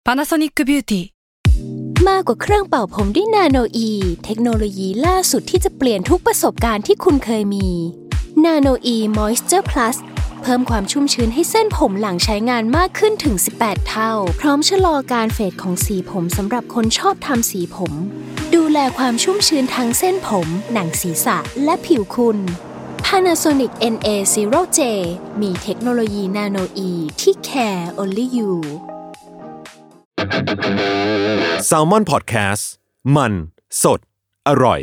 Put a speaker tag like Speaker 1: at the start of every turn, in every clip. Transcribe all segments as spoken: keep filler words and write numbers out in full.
Speaker 1: Panasonic Beauty
Speaker 2: มากกว่าเครื่องเป่าผมด้วยนาโนอีเทคโนโลยีล่าสุดที่จะเปลี่ยนทุกประสบการณ์ที่คุณเคยมีนาโนอีมอยส์เจอร์พลัสเพิ่มความชุ่มชื้นให้เส้นผมหลังใช้งานมากขึ้นถึงสิบแปดเท่าพร้อมชะลอการเฟดของสีผมสำหรับคนชอบทำสีผมดูแลความชุ่มชื้นทั้งเส้นผมหนังศีรษะและผิวคุณ Panasonic เอ็น เอ ศูนย์ เจ มีเทคโนโลยีนาโนอีที่ care only you
Speaker 3: Salmon Podcast มันสดอร่อย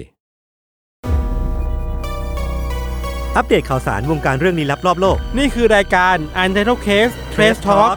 Speaker 4: อัปเดตข่าวสารวงการเรื่องลี้ลับรอบโลก
Speaker 5: นี่คือรายการ Untitled Case Trace Talk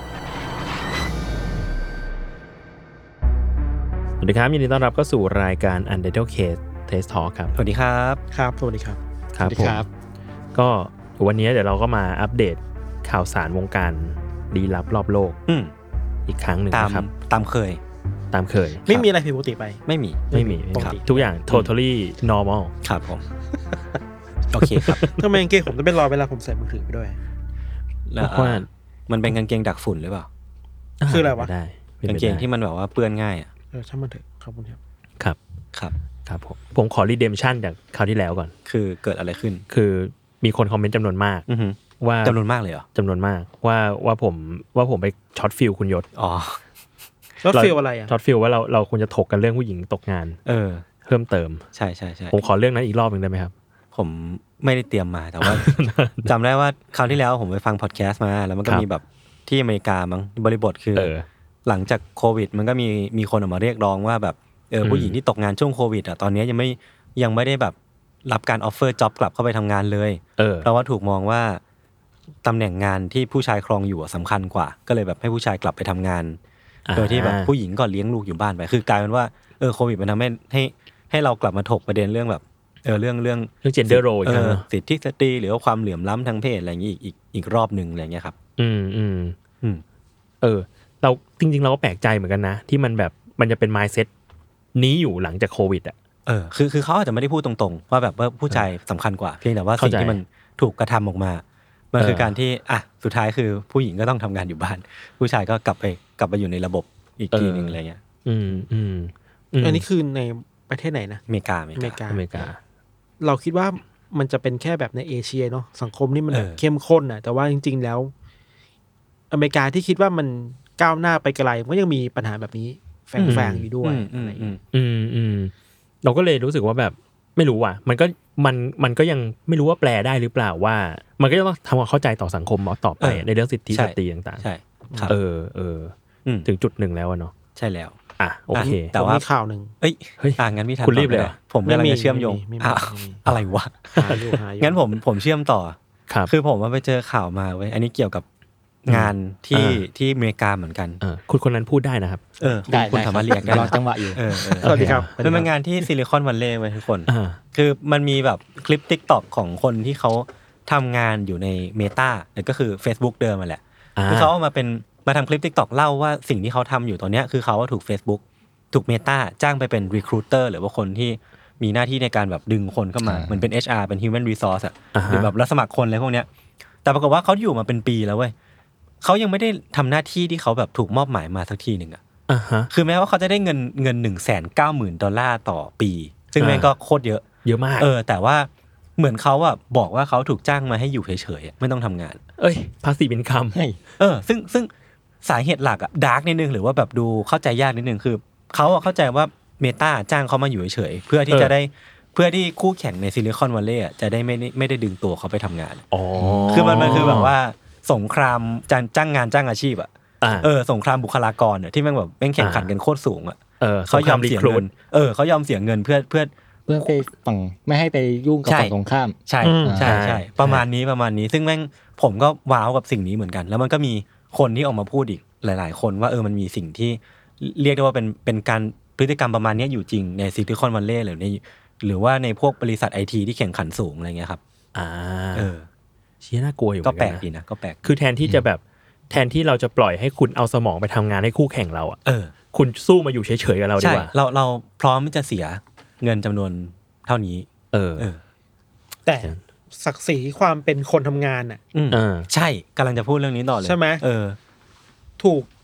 Speaker 6: สวัสดีครับยินดีต้อนรับเข้าสู่รายการ Untitled Case Trace Talk ครับ
Speaker 4: สวัสดีครับ
Speaker 5: ครับสวัสดีครับ
Speaker 6: ครับผมก็วันนี้เดี๋ยวเราก็มาอัปเดตข่าวสารวงการลี้ลับรอบโลก
Speaker 4: อืม
Speaker 6: อีกครั้งหนึ่งนะครับ
Speaker 4: ตามเคย
Speaker 6: ตามเคย
Speaker 5: ไม่มีอะไรผิดปกติไป
Speaker 4: ไม่มี
Speaker 6: ไม่มีครับทุกอย่าง totally normal
Speaker 4: ครับผมโอเคครับ
Speaker 5: ทำไมกางเกงผมจะเป็นรอยเวลาผมใส่มือถือไปด้วย
Speaker 4: แล้วมันเป็นกางเกงดักฝุ่นหรือเปล่า
Speaker 5: คืออะไรวะ
Speaker 4: กางเกงที่มันแบบว่าเปื้อนง่ายอ่ะ
Speaker 5: เออช่างมันเถอะครับคุณครับ
Speaker 6: ครับ
Speaker 4: ครับ
Speaker 6: ครับผมผมขอ redemption จากคราวที่แล้วก่อน
Speaker 4: คือเกิดอะไรขึ้น
Speaker 6: คือมีคนคอมเมนต์จำนวนมากว่า
Speaker 4: จำนวนมากเลยเหรอ
Speaker 6: จำนวนมากว่าว่าผมว่าผมไปช็อตฟิลคุณยศ
Speaker 4: อ๋อ
Speaker 5: ช็อตฟิลอะไรอ่ะ
Speaker 6: ช็อตฟิลว่าเราเราควรจะถกกันเรื่องผู้หญิงตกงาน
Speaker 4: เออ
Speaker 6: เพิ่มเติม
Speaker 4: ใช่ใช่ใช่
Speaker 6: ผมขอเรื่องนั้นอีกรอบนึงได้ไหมครับ
Speaker 4: ผมไม่ได้เตรียมมาแต่ว่า จำได้ว่าคราวที่แล้วผมไปฟังพอดแคสต์มาแล้วมันก็มีแบบที่อเมริกามั้งบริบทคือหลังจากโควิดมันก็มีมีคนออกมาเรียกร้องว่าแบบเออผู้หญิงที่ตกงานช่วงโควิดอ่ะตอนนี้ยังไม่ยังไม่ได้แบบรับการออฟเฟอร์จ็อบกลับเข้าไปทำงานเลยเพราะว่าถูกมองว่าตำแหน่งงานที่ผู้ชายครองอยู่สำคัญกว่าก็เลยแบบให้ผู้ชายกลับไปทำงานโดยที่แบบผู้หญิงก็เลี้ยงลูกอยู่บ้านไปคือกลายเป็นว่าเออโควิดมันทำให้ให้ให้เรากลับมาถกประเด็นเรื่องแบบเออเรื่องเรื่อง
Speaker 6: เรื่อง gender role อีกครั้ง
Speaker 4: สิทธิสตรีหรือว่าความเหลื่อมล้ำทางเพศอะไรอย่างงี้อีกอีกอีกรอบนึงอะไรอย่างเงี้ยครับ
Speaker 6: อืมอืมอืมเออเราจริงๆเราก็แปลกใจเหมือนกันนะที่มันแบบมันจะเป็น mindset นี้อยู่หลังจากโควิดอ่ะ
Speaker 4: เออคือคือเขาอาจจะไม่ได้พูดตรงๆว่าแบบว่าผู้ชายสำคัญกว่าเพียงแต่ว่าสิ่งที่มันถูกกระทำออกมามันคือการที่อ่ะสุดท้ายคือผู้หญิงก็ต้องทำงานอยู่บ้านผู้ชายก็กลับไปกลับไปอยู่ในระบบอีกทีนึงอะไรเงี้ย
Speaker 6: อืมอืม
Speaker 5: อันนี้คือในประเทศไหนนะ
Speaker 4: อเมริกาอเม
Speaker 5: ริกา
Speaker 6: อเมริกา
Speaker 5: เราคิดว่ามันจะเป็นแค่แบบในเอเชียเนาะสังคมนี่มันเข้มข้นน่ะแต่ว่าจริงๆแล้วอเมริกาที่คิดว่ามันก้าวหน้าไปไกลก็ยังมีปัญหาแบบนี้แฝงๆอยู่ด้วยอะไรอย่างเงี้ย
Speaker 6: อืมอืมเราก็เลยรู้สึกว่าแบบไม่รู้ว่ะมันก็มันมันก็ยังไม่รู้ว่าแปลได้หรือเปล่าว่ามันก็ต้องทำความเข้าใจต่อสังคมต่อไปในเรื่องสิทธิสตรีต่าง
Speaker 4: ๆใช่
Speaker 6: เออเออถึงจุดหนึ่งแล้วเนาะ
Speaker 4: ใช่แล้ว
Speaker 6: อ่ะโอเค
Speaker 5: แต่ว่าข่าวนึง
Speaker 4: เอ้ยเฮ้ยอ่างั้นพี่ทัน
Speaker 6: คุณรีบเลย
Speaker 4: ผมกำลังจะเชื่อมโยงอะไรวะงั้นผมผมเชื่อมต่อคือผมว่าไปเจอข่าวมาเว้ยอันนี้เกี่ยวกับงานที่ที่อเมริกาเหมือนกัน
Speaker 6: คุณคนนั้นพูดได้นะครับ
Speaker 4: เออคุณสามารถเรียกได้
Speaker 5: รอจังหวะอยู่
Speaker 4: สวัสดีครับเป็นงานที่ซิลิคอนวัลเลย์เว้ยทุกคนคือมันมีแบบคลิป TikTok ของคนที่เขาทำงานอยู่ใน Meta ก็คือ Facebook เดิมมาแหละคือเขาเอามาเป็นมาทำคลิป TikTok เล่าว่าสิ่งที่เขาทำอยู่ตอนนี้คือเขาถูก Facebook ถูก Meta จ้างไปเป็น recruiter หรือว่าคนที่มีหน้าที่ในการแบบดึงคนเข้ามาเหมือนเป็น เอช อาร์ เป็น human resource อ่ะหรือแบบรับสมัครคนอะไรพวกเนี้ยแต่ปรากฏว่าเขาอยู่มาเป็นปีแล้วเว้ยเขายังไม่ได้ทำหน้าที่ที่เขาแบบถูกมอบหมายมาสักทีหนึ่งอ่ะคือแม้ว่าเขาจะได้เงินเงิน หนึ่งแสนเก้าหมื่น ดอลลาร์ต่อปีซึ่งแม่งก็โคตรเยอะ
Speaker 6: เยอะมาก
Speaker 4: เออแต่ว่าเหมือนเขาอ่ะบอกว่าเขาถูกจ้างมาให้อยู่เฉยๆไม่ต้องทำงาน
Speaker 6: เอ้ย passive income
Speaker 4: เออซึ่งซึ่งสาเหตุหลักอ่ะดาร์กนิดนึงหรือว่าแบบดูเข้าใจยากนิดนึงคือเขาอ่ะเข้าใจว่า Meta จ้างเขามาอยู่เฉยๆเพื่อที่จะได้เพื่อที่คู่แข่งในซิลิคอนวัลเลย์อ่ะจะได้ไม่ไม่ได้ดึงตัวเขาไปทำงาน
Speaker 6: อ๋อ
Speaker 4: คือมันมันคือแบบว่าสงครามจ้างงานจ้างอาชีพอ่ะเออสงครามบุคลากรเนี่ยที่แม่งแบบแม่งแข่งขันกันโคตรสูงอ่ะเขายอมเสียเงินเออเขายอมเสียเงินเพื่อเพื่อ
Speaker 7: เพื่อไปฝั่งไม่ให้ไปยุ่งกับฝั่งตรงข้าม
Speaker 4: ใช่ใช่ใช่ประมาณนี้ประมาณนี้ซึ่งแม่งผมก็ว้าวกับสิ่งนี้เหมือนกันแล้วมันก็มีคนที่ออกมาพูดอีกหลายๆคนว่าเออมันมีสิ่งที่เรียกได้ว่าเป็นเป็นการพฤติกรรมประมาณนี้อยู่จริงในซิลิคอนวัลเลย์หรือในหรือว่าในพวกบริษัท ไอ ที ที่แข่งขันสูงอะไรเงี้ยครับ
Speaker 6: อ่า
Speaker 4: เออ
Speaker 6: เชี่ยน่ากลัวอยู่
Speaker 4: ก็แปลกดีนะก็แปลก
Speaker 6: คือแทนที่จะแบบแทนที่เราจะปล่อยให้คุณเอาสมองไปทำงานให้คู่แข่งเราอ่ะ
Speaker 4: เออ
Speaker 6: คุณสู้มาอยู่เฉยๆกับเราดีกว่า
Speaker 4: ใช่เราเราพร้อมที่จะเสียเงินจำนวนเท่านี้
Speaker 6: เออ
Speaker 4: เออ
Speaker 5: แต่ศักดิ์ศรีความเป็นคนทำงานอ่ะ
Speaker 4: ใช่กำลังจะพูดเรื่องนี้ต่อเลย
Speaker 5: ใช่ไหม
Speaker 4: เออ
Speaker 5: ถูก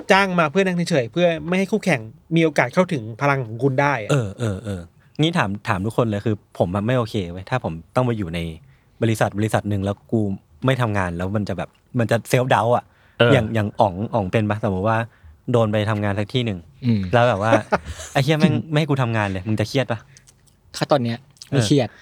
Speaker 5: จ้างมาเพื่อนั่งเฉยๆเพื่อไม่ให้คู่แข่งมีโอกาสเข้าถึงพลังของคุณได้เ
Speaker 4: ออเออเอองี้ถามถามทุกคนเลยคือผมมันไม่โอเคเว้ยถ้าผมต้องมาอยู่ในบริษัทบริษัทนึงแล้วกูไม่ทำงานแล้วมันจะแบบมันจะเซลฟ์ดาวต์อ่ะอย่างอย่างอ๋องอ๋องเป็นปะสมมติว่าโดนไปทำงานสักที่หนึ่งแล้วแบบว่าไอ้เหี้ยแม่งไม่ให้กูทำงานเลยมึงจะเครียดปะ
Speaker 7: ถ้าตอนเนี้ยไม่เครียด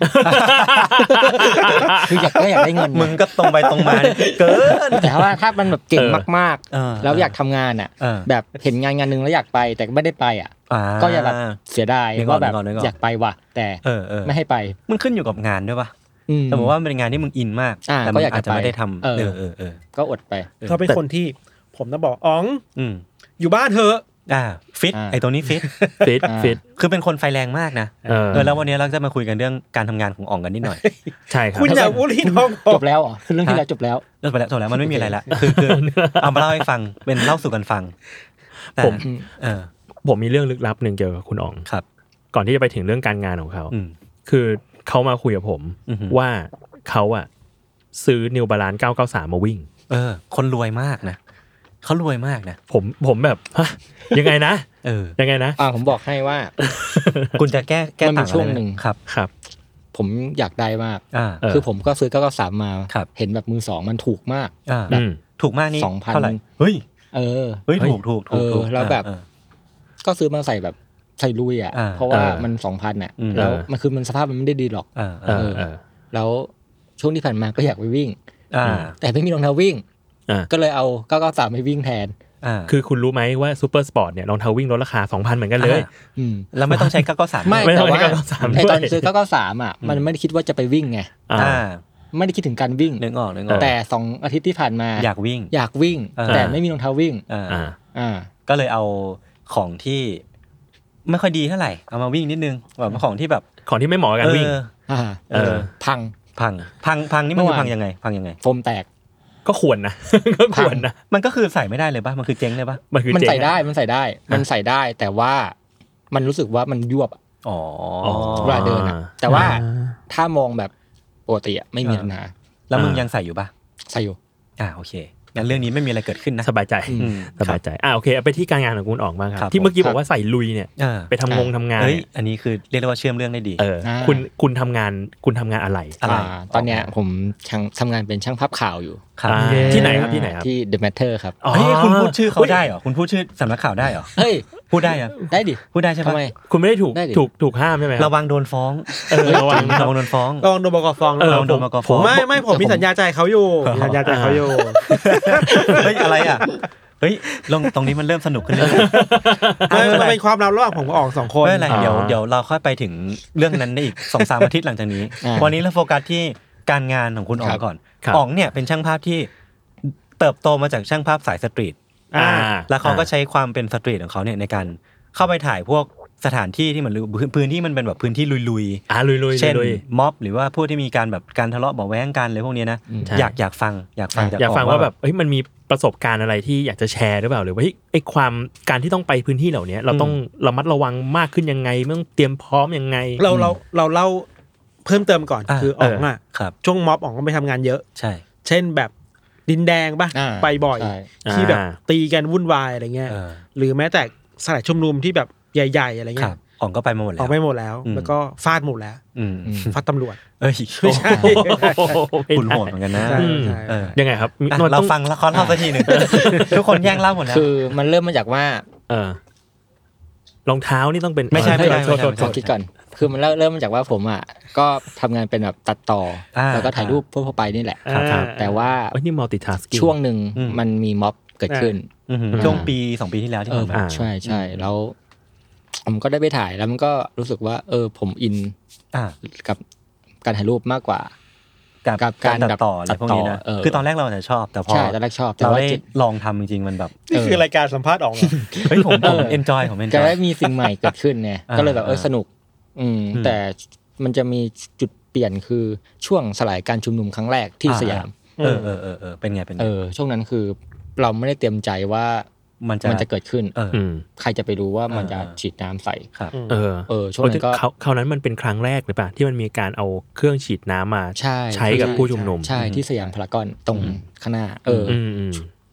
Speaker 7: คืออยากก็อยากได้เงิน
Speaker 4: มึงก็ตรงไปตรงมาเกิน
Speaker 7: แต่ว่าถ้ามันแบบเก่งมากๆแล้วอยากทำงานอ่ะแบบเห็นงานงานนึงแล้วอยากไปแต่ไม่ได้ไปอ่ะก็อย่าแบบเสียดายว่าแบบอยากไปว่ะแต่ไม่ให้ไป
Speaker 4: มันขึ้นอยู่กับงานด้วยปะสมมติว่าเป็นงานที่มึงอินมากแต่มึงอาจจะไม่ได้ทำเออเออเออ
Speaker 7: ก็อดไป
Speaker 5: เขาเป็นคนที่ผมต้องบอกอ๋องอยู่บ้านเถอะ
Speaker 4: อ่าฟิตไอ้ตัวนี้ฟิต
Speaker 6: ฟิตฟิต
Speaker 4: คือเป็นคนไฟแรงมากนะเออแล้ววันนี้เราจะมาคุยกันเรื่องการทำงานของอ๋องกันนิดหน่อย
Speaker 6: ใช่ครับ
Speaker 5: คุณอย่าพูดที่น้อง
Speaker 7: จบแล้วอ๋อคือเรื่องที่แล้วจบแล้ว
Speaker 4: จบไปแล้วจบแล้วมันไม่มีอะไรละคือคือเอามาเล่าให้ฟังเป็นเล่าสู่กันฟัง
Speaker 6: ผมเออผมมีเรื่องลึกลับนึงเกี่ยวกับคุณอ๋อง
Speaker 4: ครับ
Speaker 6: ก่อนที่จะไปถึงเรื่องการงานของเขาคือเขามาคุยกับผมว่าเขาอะซื้อ New Balance เก้าเก้าสามมาวิ่ง
Speaker 4: เออคนรวยมากนะเขารวยมากนะ
Speaker 6: ผมผมแบบฮะยังไงนะเออยังไงนะ
Speaker 7: อ่าผมบอกให้ว่า
Speaker 4: คุณจะแก้แก้ต่าง
Speaker 7: ช่วงนึง
Speaker 6: ครับครับ
Speaker 7: ผมอยากได้มากคือผมก็ซื้อเก้าเก้าสามมาเห็นแบบมือสองมันถูกมาก
Speaker 4: แบบถูกมากนี่เท่าไหร่เฮ้ย
Speaker 7: เออ
Speaker 4: เฮ้ยถูกถูกถูก
Speaker 7: แล้วแบบก็ซื้อมาใส่แบบใส่ลุยอ่ะเพราะว่ามัน สองพัน น่ะแล้วมันคือมันสภาพมันไม่ได้ดีหรอกเออแล้วช่วงที่ผ่านมาก็อยากไปวิ่งแต่ไม่มีรองเท้าวิ่งก็เลยเอาเก้าเก้าสามไปวิ่งแทน
Speaker 6: คือคุณรู้ไหมว่าซูเปอร์สปอร์ตเนี่ยรองเท้าวิ่งลดราคา สองพัน เหมือนกันเลย
Speaker 4: แล้วไม่ต้องใช้เก้าเก้าสาม
Speaker 7: ไม่แต่ว่าไอ้ตอนซื้อเก้าเก้าสามอ่ะมันไม่ได้คิดว่าจะไปวิ่งไงไม่ได้คิดถึงการวิ่ง
Speaker 4: นึกออกนึกออก
Speaker 7: แต่สองอาทิตย์ที่ผ่านมา
Speaker 4: อยากวิ่ง
Speaker 7: อยากวิ่งแต่ไม่มีรองเท้าวิ่ง
Speaker 4: อ่าก็เลยเอาของที่ไม่ค่อยดีเท่าไหร่เอามาวิ่งนิดนึงแบบของที่แบบ
Speaker 6: ของที่ไม่เหมาะกับการวิ่ง
Speaker 7: เออพัง
Speaker 4: พังพังพังนี่มันพังยังไงพังยังไง
Speaker 7: โฟมแตก
Speaker 6: ก็ควรนะก็ควรนะ
Speaker 4: มันก็คือใส่ไม่ได้เลยป่ะมันคือเจ๊งเลยป่ะ
Speaker 6: มันคือ
Speaker 7: มันใส่ได้มันใส่ได้มันใส่ได้แต่ว่ามันรู้สึกว่ามันยวบ
Speaker 4: อ๋อ
Speaker 7: เวลาเดินอ่ะแต่ว่าถ้ามองแบบปกติอ่ะไม่มีปัญหา
Speaker 4: แล้วมึงยังใส่อยู่ป่ะ
Speaker 7: ใส่อยู่
Speaker 4: อ่าโอเคงั้นเรื่องนี้ไม่มีอะไรเกิดขึ้นนะ
Speaker 6: สบายใจสบายใจอ่าโอเคไปที่การงานของคุณออกมาครับที่เมื่อกี้บอกว่าใส่ลุยเนี่ยไปทำงงทำงาน
Speaker 4: เฮ้ยอันนี้คือเรียกได้ว่าเชื่อมเรื่องได้ดี
Speaker 6: เออคุณคุณทำงานคุณทำงานอะไร
Speaker 7: อะไรตอนเนี้ยผมทำงานเป็นช่างภาพข่าวอยู่
Speaker 6: ที่ไหนครับที่ไหนครับ
Speaker 7: ที่ The Matter ครับ
Speaker 4: เฮ้ยคุณพูดชื่อเขาได้เหรอคุณพูดชื่อสำนักข่าวได้เหรอ
Speaker 7: เฮ้ย
Speaker 4: พูดได้อ่ะ
Speaker 7: ได้ดิ
Speaker 4: พูดได้ใช่ป่ะ
Speaker 6: คุณไม่ได้ถูกถูกถูกห้ามใช่ไหม
Speaker 4: ระวังโดนฟ้องระวังระวังโดนฟ้อง
Speaker 5: ระวังโดนบกฟ้อง
Speaker 4: ระวังโดนบกฟ้อง
Speaker 5: ไม่ไม่ผมมีสัญญาใจเขาอยู่มีสัญญาใจเขาอยู่
Speaker 4: เฮ้ยอะไรอ่ะเฮ้ยลงตรงนี้มันเริ่มสนุกขึ้นเลย
Speaker 5: มันเป็นความลับระหว่างผมกับอ๋องสองคน
Speaker 4: ไม่เป็นไรเดี๋ยวเดี๋ยวเราค่อยไปถึงเรื่องนั้นได้อีก สองสาม อาทิตย์หลังจากนี้วันนี้เราโฟกัสที่การงานของคุณอ๋องก่อนอ๋องเนี่ยเป็นช่างภาพที่เติบโตมาจากช่างภาพสายสตรีทแล้วเขาก็ใช้ความเป็นสตรีทของเขาเนี่ยในการเข้าไปถ่ายพวกสถานที่ที่มันพื้นที่มันเป็นแบบพื้นที่ลุย
Speaker 6: ๆอ่าลุยๆ
Speaker 4: เช่นม็อบหรือว่าผู้ที่มีการแบบการทะเลาะเบาะแว้งกันอะไรพวกนี้นะอยากอยากฟังอยากฟัง
Speaker 6: อยากฟังว่าแบบเฮ้ยมันมีประสบการณ์อะไรที่อยากจะแชร์หรือเปล่าหรือว่าไอ้ความการที่ต้องไปพื้นที่เหล่านี้เราต้องระมัดระวังมากขึ้นยังไงต้องเตรียมพร้อมยังไง
Speaker 5: เราเราเราเล่าเพิ่มเติมก่อนคืออ๋องอ่ะช่วงม็อบอ๋องก็ไปทำงานเยอะ
Speaker 4: ใช่
Speaker 5: เช่นแบบดินแดงป่ะไปบ่อยที่แบบตีกันวุ่นวายอะไรเงี้ยหรือแม้แต่สลายชุมนุมที่แบบใหญ่ๆอะไรเงี้ย
Speaker 4: อ๋องก็ไปมาหมดแล้ว
Speaker 5: ออกไปหมดแล้วแล้วก็ฟาดหมดแล้วฟาดตำรวจ
Speaker 4: เอ้ยไม่ใช่คุณโหดเหมือนกันนะ
Speaker 6: ยังไงครับ
Speaker 4: เราฟังละครเล่าสักทีหนึ่งทุกคนแย่งเล่าหมดแล้ว
Speaker 7: คือมันเริ่มมาจากว่า
Speaker 6: เออรองเท้านี่ต้องเป็น
Speaker 4: ไม่ใช่ไม่ใช่
Speaker 7: ขอคิดก่อนคือมันเริ่มมาจากว่าผมอ่ะก็ทำงานเป็นแบบตัดต่อแล้วก็ถ่ายรูปทั่วไปนี่แหละแต่ว่า
Speaker 6: นี่ multitasking
Speaker 7: ช่วงนึงมันมีม็อบเกิดขึ้น
Speaker 4: ช่วงปีสองปีที่แล้วที่ผ่านมา
Speaker 7: ใช่ใช่แล้วผมก็ได้ไปถ่ายแล้วมันก็รู้สึกว่าเออผมอินกับการถ่ายรูปมากกว่า
Speaker 4: กับการตัดต่ออะไรพวกนี้นะคือตอนแรกเราจะชอบแต่พอ
Speaker 7: ใช่ตอนแรกชอบ
Speaker 4: แต่ว่าลองทำจริงๆมันแบบ
Speaker 5: นี่คือรายการสัมภาษณ์ออก
Speaker 4: เฮ้ยผมผมเอนจอยผมเอนจอย
Speaker 7: จะได้มีสิ่งใหม่เกิดขึ้นไงก็เลยแบบเออสนุกอืมแต่มันจะมีจุดเปลี่ยนคือช่วงสลายการชุมนุมครั้งแรกที่สยาม
Speaker 4: เออเออเออเออเป็นไงเป็นไง
Speaker 7: เออช่วงนั้นคือเราไม่ได้เตรียมใจว่า
Speaker 4: มันจะ
Speaker 7: มันจะเกิดขึ้นใครจะไปรู้ว่ามันจะฉีดน้ำใส่
Speaker 6: เออ
Speaker 7: เออช่วงนั้นก็
Speaker 6: คราวนั้นมันเป็นครั้งแรกหรือเปล่าที่มันมีการเอาเครื่องฉีดน้ำมาใช้กับผู้ชุมนุม
Speaker 7: ใช่ที่สยามพารากอนตรงข้างหน้าเออ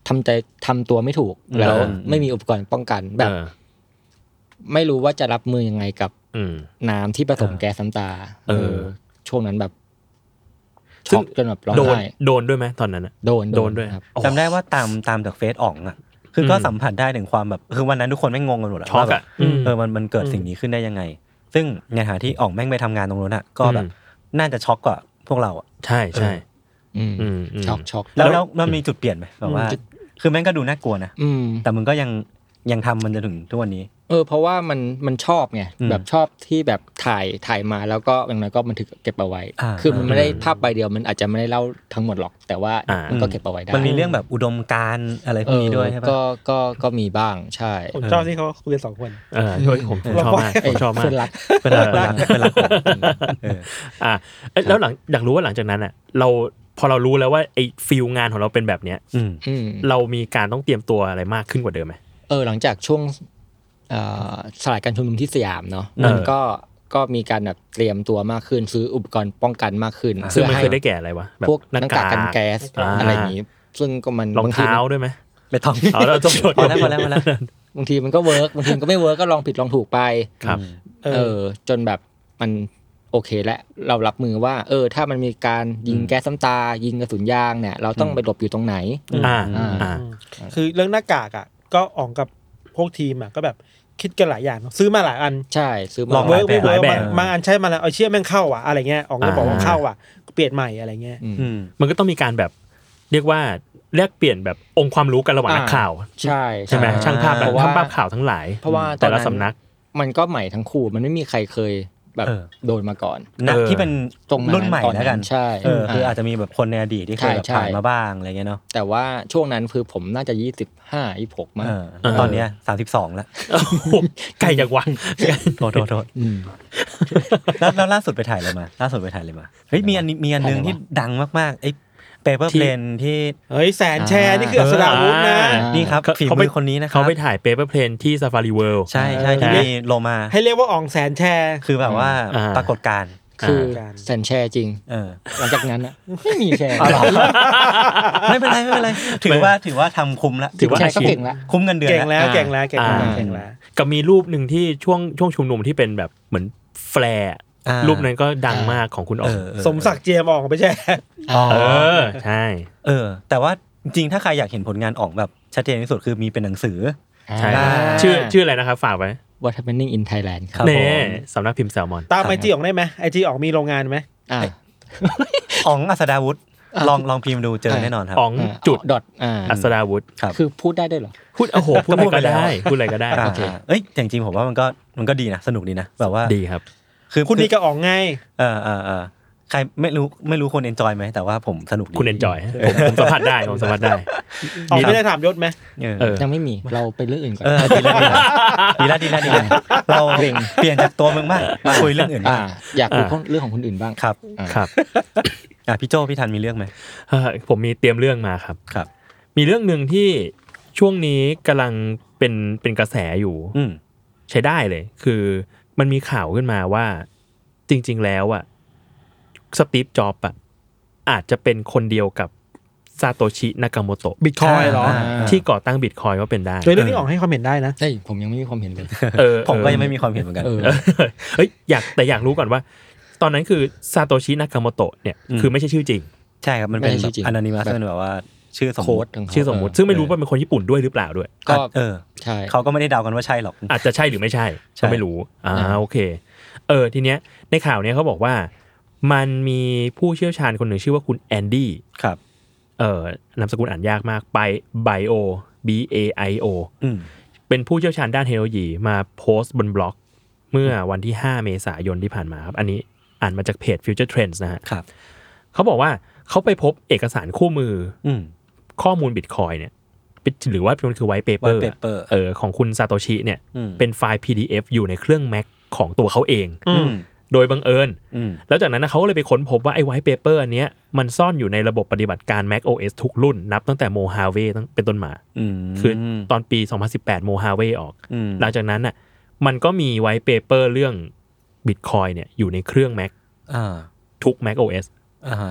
Speaker 7: ทำใจทำตัวไม่ถูกแล้วไม่มีอุปกรณ์ป้องกันแบบไม่รู้ว่าจะรับมือยังไงกับน้ำที่ผสมแก๊สน้ำตาเออช่วงนั้นแบบช็อกจนแบบร้องไห้
Speaker 6: โดนด้วยไหมตอนนั้น
Speaker 7: โดน
Speaker 6: โดนด้วย
Speaker 4: ครับจำได้ว่าตามตามจากเฟซอ่องอ่ะคือก็สัมผัสได้ถึงความแบบคือวันนั้นทุกคนแม่งงงกันหมดแล้วว่าแบบเออมันมันเกิดสิ่งนี้ขึ้นได้ยังไงซึ่งในฐานะที่อ่องแม่งไปทำงานตรงนู้นอ่ะก็แบบน่าจะช็อกกว่าพวกเราอ่ะ
Speaker 6: ใช่ใช่
Speaker 7: ช็อกช็อก
Speaker 4: แล้วแล้วมันมีจุดเปลี่ยนไหมแบบว่าคือแม่งก็ดูน่ากลัวนะแต่มึงก็ยังยังทำมันจนถึงทุกวันนี้
Speaker 7: เออเพราะว่ามันมันชอบไงแบบชอบที่แบบถ่ายถ่ายมาแล้วก็อย่างน้อยก็บันทึกเก็บเอาไว้คือมันไม่ได้ภาพใบเดียวมันอาจจะไม่ได้เล่าทั้งหมดหรอกแต่ว่ามันก็เก็บเอาไว้ได้
Speaker 4: มันมีเรื่องแบบอุดมการณ์อะไรพวกนี้ด้วยใช่ป่ะ
Speaker 7: ก็ก็ก็มีบ้างใช่
Speaker 5: ผมชอบที่เขาคุยกันสองคน
Speaker 6: เออผมชอบมากผมชอบมาก
Speaker 7: เป็นรัก
Speaker 4: เป็นรักเป็นรักเป็นรัก
Speaker 6: เอออ่ะแล้วหลังอยากรู้ว่าหลังจากนั้นอ่ะเราพอเรารู้แล้วว่าไอ้ฟีลงานของเราเป็นแบบเนี้ยเรามีการต้องเตรียมตัวอะไรมากขึ้นกว่าเดิมไหม
Speaker 7: เออหลังจากช่วงสลายการชุมนุมที่สยามเนาะมันก็ก็มีการแบบเตรียมตัวมากขึ้นซื้ออุปกรณ์ป้องกันมากขึ้น
Speaker 6: ซึ่งมันเคยได้แก่อะไรวะ
Speaker 7: พวกหน้ากากกันแก๊สอะไรอย่างนี้ซึ่งก็มัน
Speaker 6: รองเท้าด้วยไหม
Speaker 4: ไม่ต้อง
Speaker 6: เอาแล้วจบ
Speaker 4: พอแล้วพอแล้วพอแล้ว
Speaker 7: บางทีมันก็เวิร์กบางทีก็ไม่เวิร์กก็ลองผิดลองถูกไป
Speaker 6: ครับ
Speaker 7: เออจนแบบมันโอเคแล้วเรารับมือว่าเออถ้ามันมีการยิงแก๊สน้ำตายิงกระสุนยางเนี่ยเราต้องไปหลบอยู่ตรงไหน
Speaker 6: อ่า
Speaker 5: อ่าคือเรื่องหน้ากากอ่ะก็ออกกับพวกทีมอ่ะก็แบบคิดกันหลายอย่างซื้อมาหลายอัน
Speaker 7: ใช่ซื้อมา
Speaker 5: ลองเวิร์กไม่เวิร์กบางอันใช้มาแล้วเอาเชี่ยแม่งเข้าอ่ะอะไรเงี้ยออกก็บอกว่าเข้าอ่ะเปลี่ยนใหม่อะไรเงี้ย
Speaker 6: มันก็ต้องมีการแบบเรียกว่าแลกเปลี่ยนแบบองค์ความรู้กันระหว่างนักข่าว
Speaker 7: ใช่
Speaker 6: ใช่ไหมช่างภาพแบบช่างภาพข่าวทั้งหลาย
Speaker 7: เพราะว่า
Speaker 6: แต่ละสำนัก
Speaker 7: มันก็ใหม่ทั้งคู่มันไม่มีใครเคยแบบโดนมาก่อน
Speaker 4: นักที่เป็นรุ่นใหม่แล้วกัน
Speaker 7: ใช่
Speaker 4: เออคืออาจจะมีแบบคนในอดีตที่เคยผ่านมาบ้างอะไรเงี้ยเนาะ
Speaker 7: แต่ว่าช่วงนั้นคือผมน่าจะยี่สิบห้า ยี่สิบหกมั้ง
Speaker 4: ตอนเนี้ยสามสิบสองแล้ว
Speaker 6: ไกลจากวัง
Speaker 4: โทษโทษแล้วล่าสุดไปถ่ายอะไรมาล่าสุดไปถ่ายอะไรมาเฮ้ยมีอันมีอันนึงที่ดังมากๆไอ้เปเปอร์เพลนที่
Speaker 5: เฮ้ยแสนแชร์นี่คืออัศดาวุธนะ
Speaker 4: นี่ครับฝีมือคนนี้นะครับ
Speaker 6: เขาไปถ่ายเปเปอร์เพลนที่ Safari World
Speaker 4: ใช่ใช่ที่มีโลมา
Speaker 5: ให้เรียกว่าอ่องแสนแชร์
Speaker 4: คือแบบว่าปรากฏการณ์
Speaker 7: คือแสนแชร์จริงเออหลังจากนั้นนะไม่มีแชร์
Speaker 4: ไม่เป็นไรไม่เป็นไรถือว่าถือว่าทำคุ้มแล้ว
Speaker 7: ถือว่าก็เก่งแล้ว
Speaker 4: คุ้มเงินเดือน
Speaker 5: เก่งแล้วเก่งแล้วเก่งแล้วเก่งแล้ว
Speaker 6: กับมีรูปนึงที่ช่วงช่วงชุมนุมที่เป็นแบบเหมือนแฟร์รูปนั้นก็ดังมากของคุณอ๋อง
Speaker 5: สมศักดิ์เจียมออกไปแชร์
Speaker 6: เออใช่
Speaker 4: เออแต่ว่าจริงๆถ้าใครอยากเห็นผลงานอ๋องแบบชัดเจนที่สุดคือมีเป็นหนังสือ
Speaker 6: ใช่ชื่อชื่ออะไรนะครับฝากไว้
Speaker 7: What Happening in Thailand
Speaker 6: ครับผมสำนักพิมพ์แซลมอน
Speaker 5: ตามไอจีอ๋องได้ไหมไอจีอ๋องมีโรงงานไหม
Speaker 4: อ๋องอัศดาวุธลองลองพิมพ์ดูเจอแน่นอนครับ
Speaker 6: อ๋องจุด
Speaker 7: ดอท
Speaker 6: อัศดาวุธ
Speaker 7: คือพูดได้ด้วยเหรอ
Speaker 6: พูดโอ้โหพูดอะไรก็ได้พูดอะไรก็ได้
Speaker 4: โอเคเอ้ยจริงๆผมว่ามันก็มันก็ดีนะสนุกดีนะแบบว่า
Speaker 6: ดีครับ
Speaker 5: คือคุณนี่ก็อ๋องไง
Speaker 4: เออเออเออใครไม่รู้ไม่รู้คนเอนจอยไหมแต่ว่าผมสนุกดี
Speaker 6: คุณเอนจอยผมผมสัมผัสได้ผมสัมผัสได้
Speaker 5: อ๋องไม่ได้ถามยศไหม
Speaker 7: ยังไม่มีเราไปเรื่องอื่นก่อน
Speaker 4: ดีแล้วดีแล้วดีแล้วดีแล้วเราเปลี่ยนจากตัวมึงบ้างมาคุยเรื่องอื่น
Speaker 7: อยากคุยเรื่องของคนอื่นบ้าง
Speaker 4: ครับ
Speaker 6: ครับ
Speaker 4: อ่ะพี่โจพี่ทันมีเรื่องไหม
Speaker 6: ผมมีเตรียมเรื่องมาครับ
Speaker 4: ครับ
Speaker 6: มีเรื่องนึงที่ช่วงนี้กำลังเป็นเป็นกระแสอยู่ใช้ได้เลยคือมันมีข่าวขึ้นมาว่าจริงๆแล้วอ่ะสตีฟจ็อบส์อ่ะอาจจะเป็นคนเดียวกับซาโตชินากาโมโตะ
Speaker 5: บิตคอยน์เหรอ
Speaker 6: ที่ก่อตั้งบิตคอยน์ก็เป็นได้
Speaker 5: โดยเรื่องนี้ออกให้ความเห็นได้นะ
Speaker 7: เฮ้ยผมยังไม่มีความเห็นเลย
Speaker 6: เออ
Speaker 4: ผมก็ยังไม่มีความเห็นเหมือนกัน
Speaker 6: เฮ้ยอยากแต่อยากรู้ก่อนว่าตอนนั้นคือซาโตชินากาโมโตะเนี่ยคือไม่ใช่ชื่อจริง
Speaker 4: ใช่ครับมันเป็นอนานิมัสแบบว่าชื่อสมมุติ
Speaker 6: ชื่อสมมุติซึ่งไม่รู้ว่าเป็นคนญี่ปุ่นด้วยหรือเปล่าด้วย
Speaker 7: ก็เออ
Speaker 4: ใช่เขาก็ไม่ได้เดากันว่าใช่หรอก
Speaker 6: อาจจะใช่หรือไม่ใช่ก็ไม่รู้อ่าโอเคเออทีเนี้ยในข่าวเนี้ยเขาบอกว่ามันมีผู้เชี่ยวชาญคนหนึ่งชื่อว่าคุณแอนดี้
Speaker 4: ครับ
Speaker 6: เอ่อนามสกุลอ่านยากมากไบไบโอ B A I O
Speaker 4: อืม
Speaker 6: เป็นผู้เชี่ยวชาญด้านเทคโนโลยีมาโพสต์บนบล็อกเมื่อวันที่ห้าเมษายนที่ผ่านมาครับอันนี้อ่านมาจากเพจ Future Trends นะฮะ
Speaker 4: ครับ
Speaker 6: เขาบอกว่าเขาไปพบเอกสารคู่มือ
Speaker 4: อืม
Speaker 6: ข้อมูล Bitcoin เนี่ยหรือว่ามันคือ white paper เออของคุณซาโตชิเนี่ยเป็นไฟล์ พี ดี เอฟ อยู่ในเครื่อง Mac ของตัวเขาเองโดยบังเอิญแล้วจากนั้นนะเขาก็เลยไปค้นพบว่าไอ้ white paper อันเนี้ยมันซ่อนอยู่ในระบบปฏิบัติการ Mac โอ เอส ทุกรุ่นนับตั้งแต่ Mojave เป็นต้นมาคือตอนปีสองพันสิบแปด Mojave ออกหลังจากนั้นน่ะมันก็มี white paper เรื่อง Bitcoin เนี่ยอยู่ในเครื่อง Mac ทุก Mac โอ เอส
Speaker 4: อ่าฮะ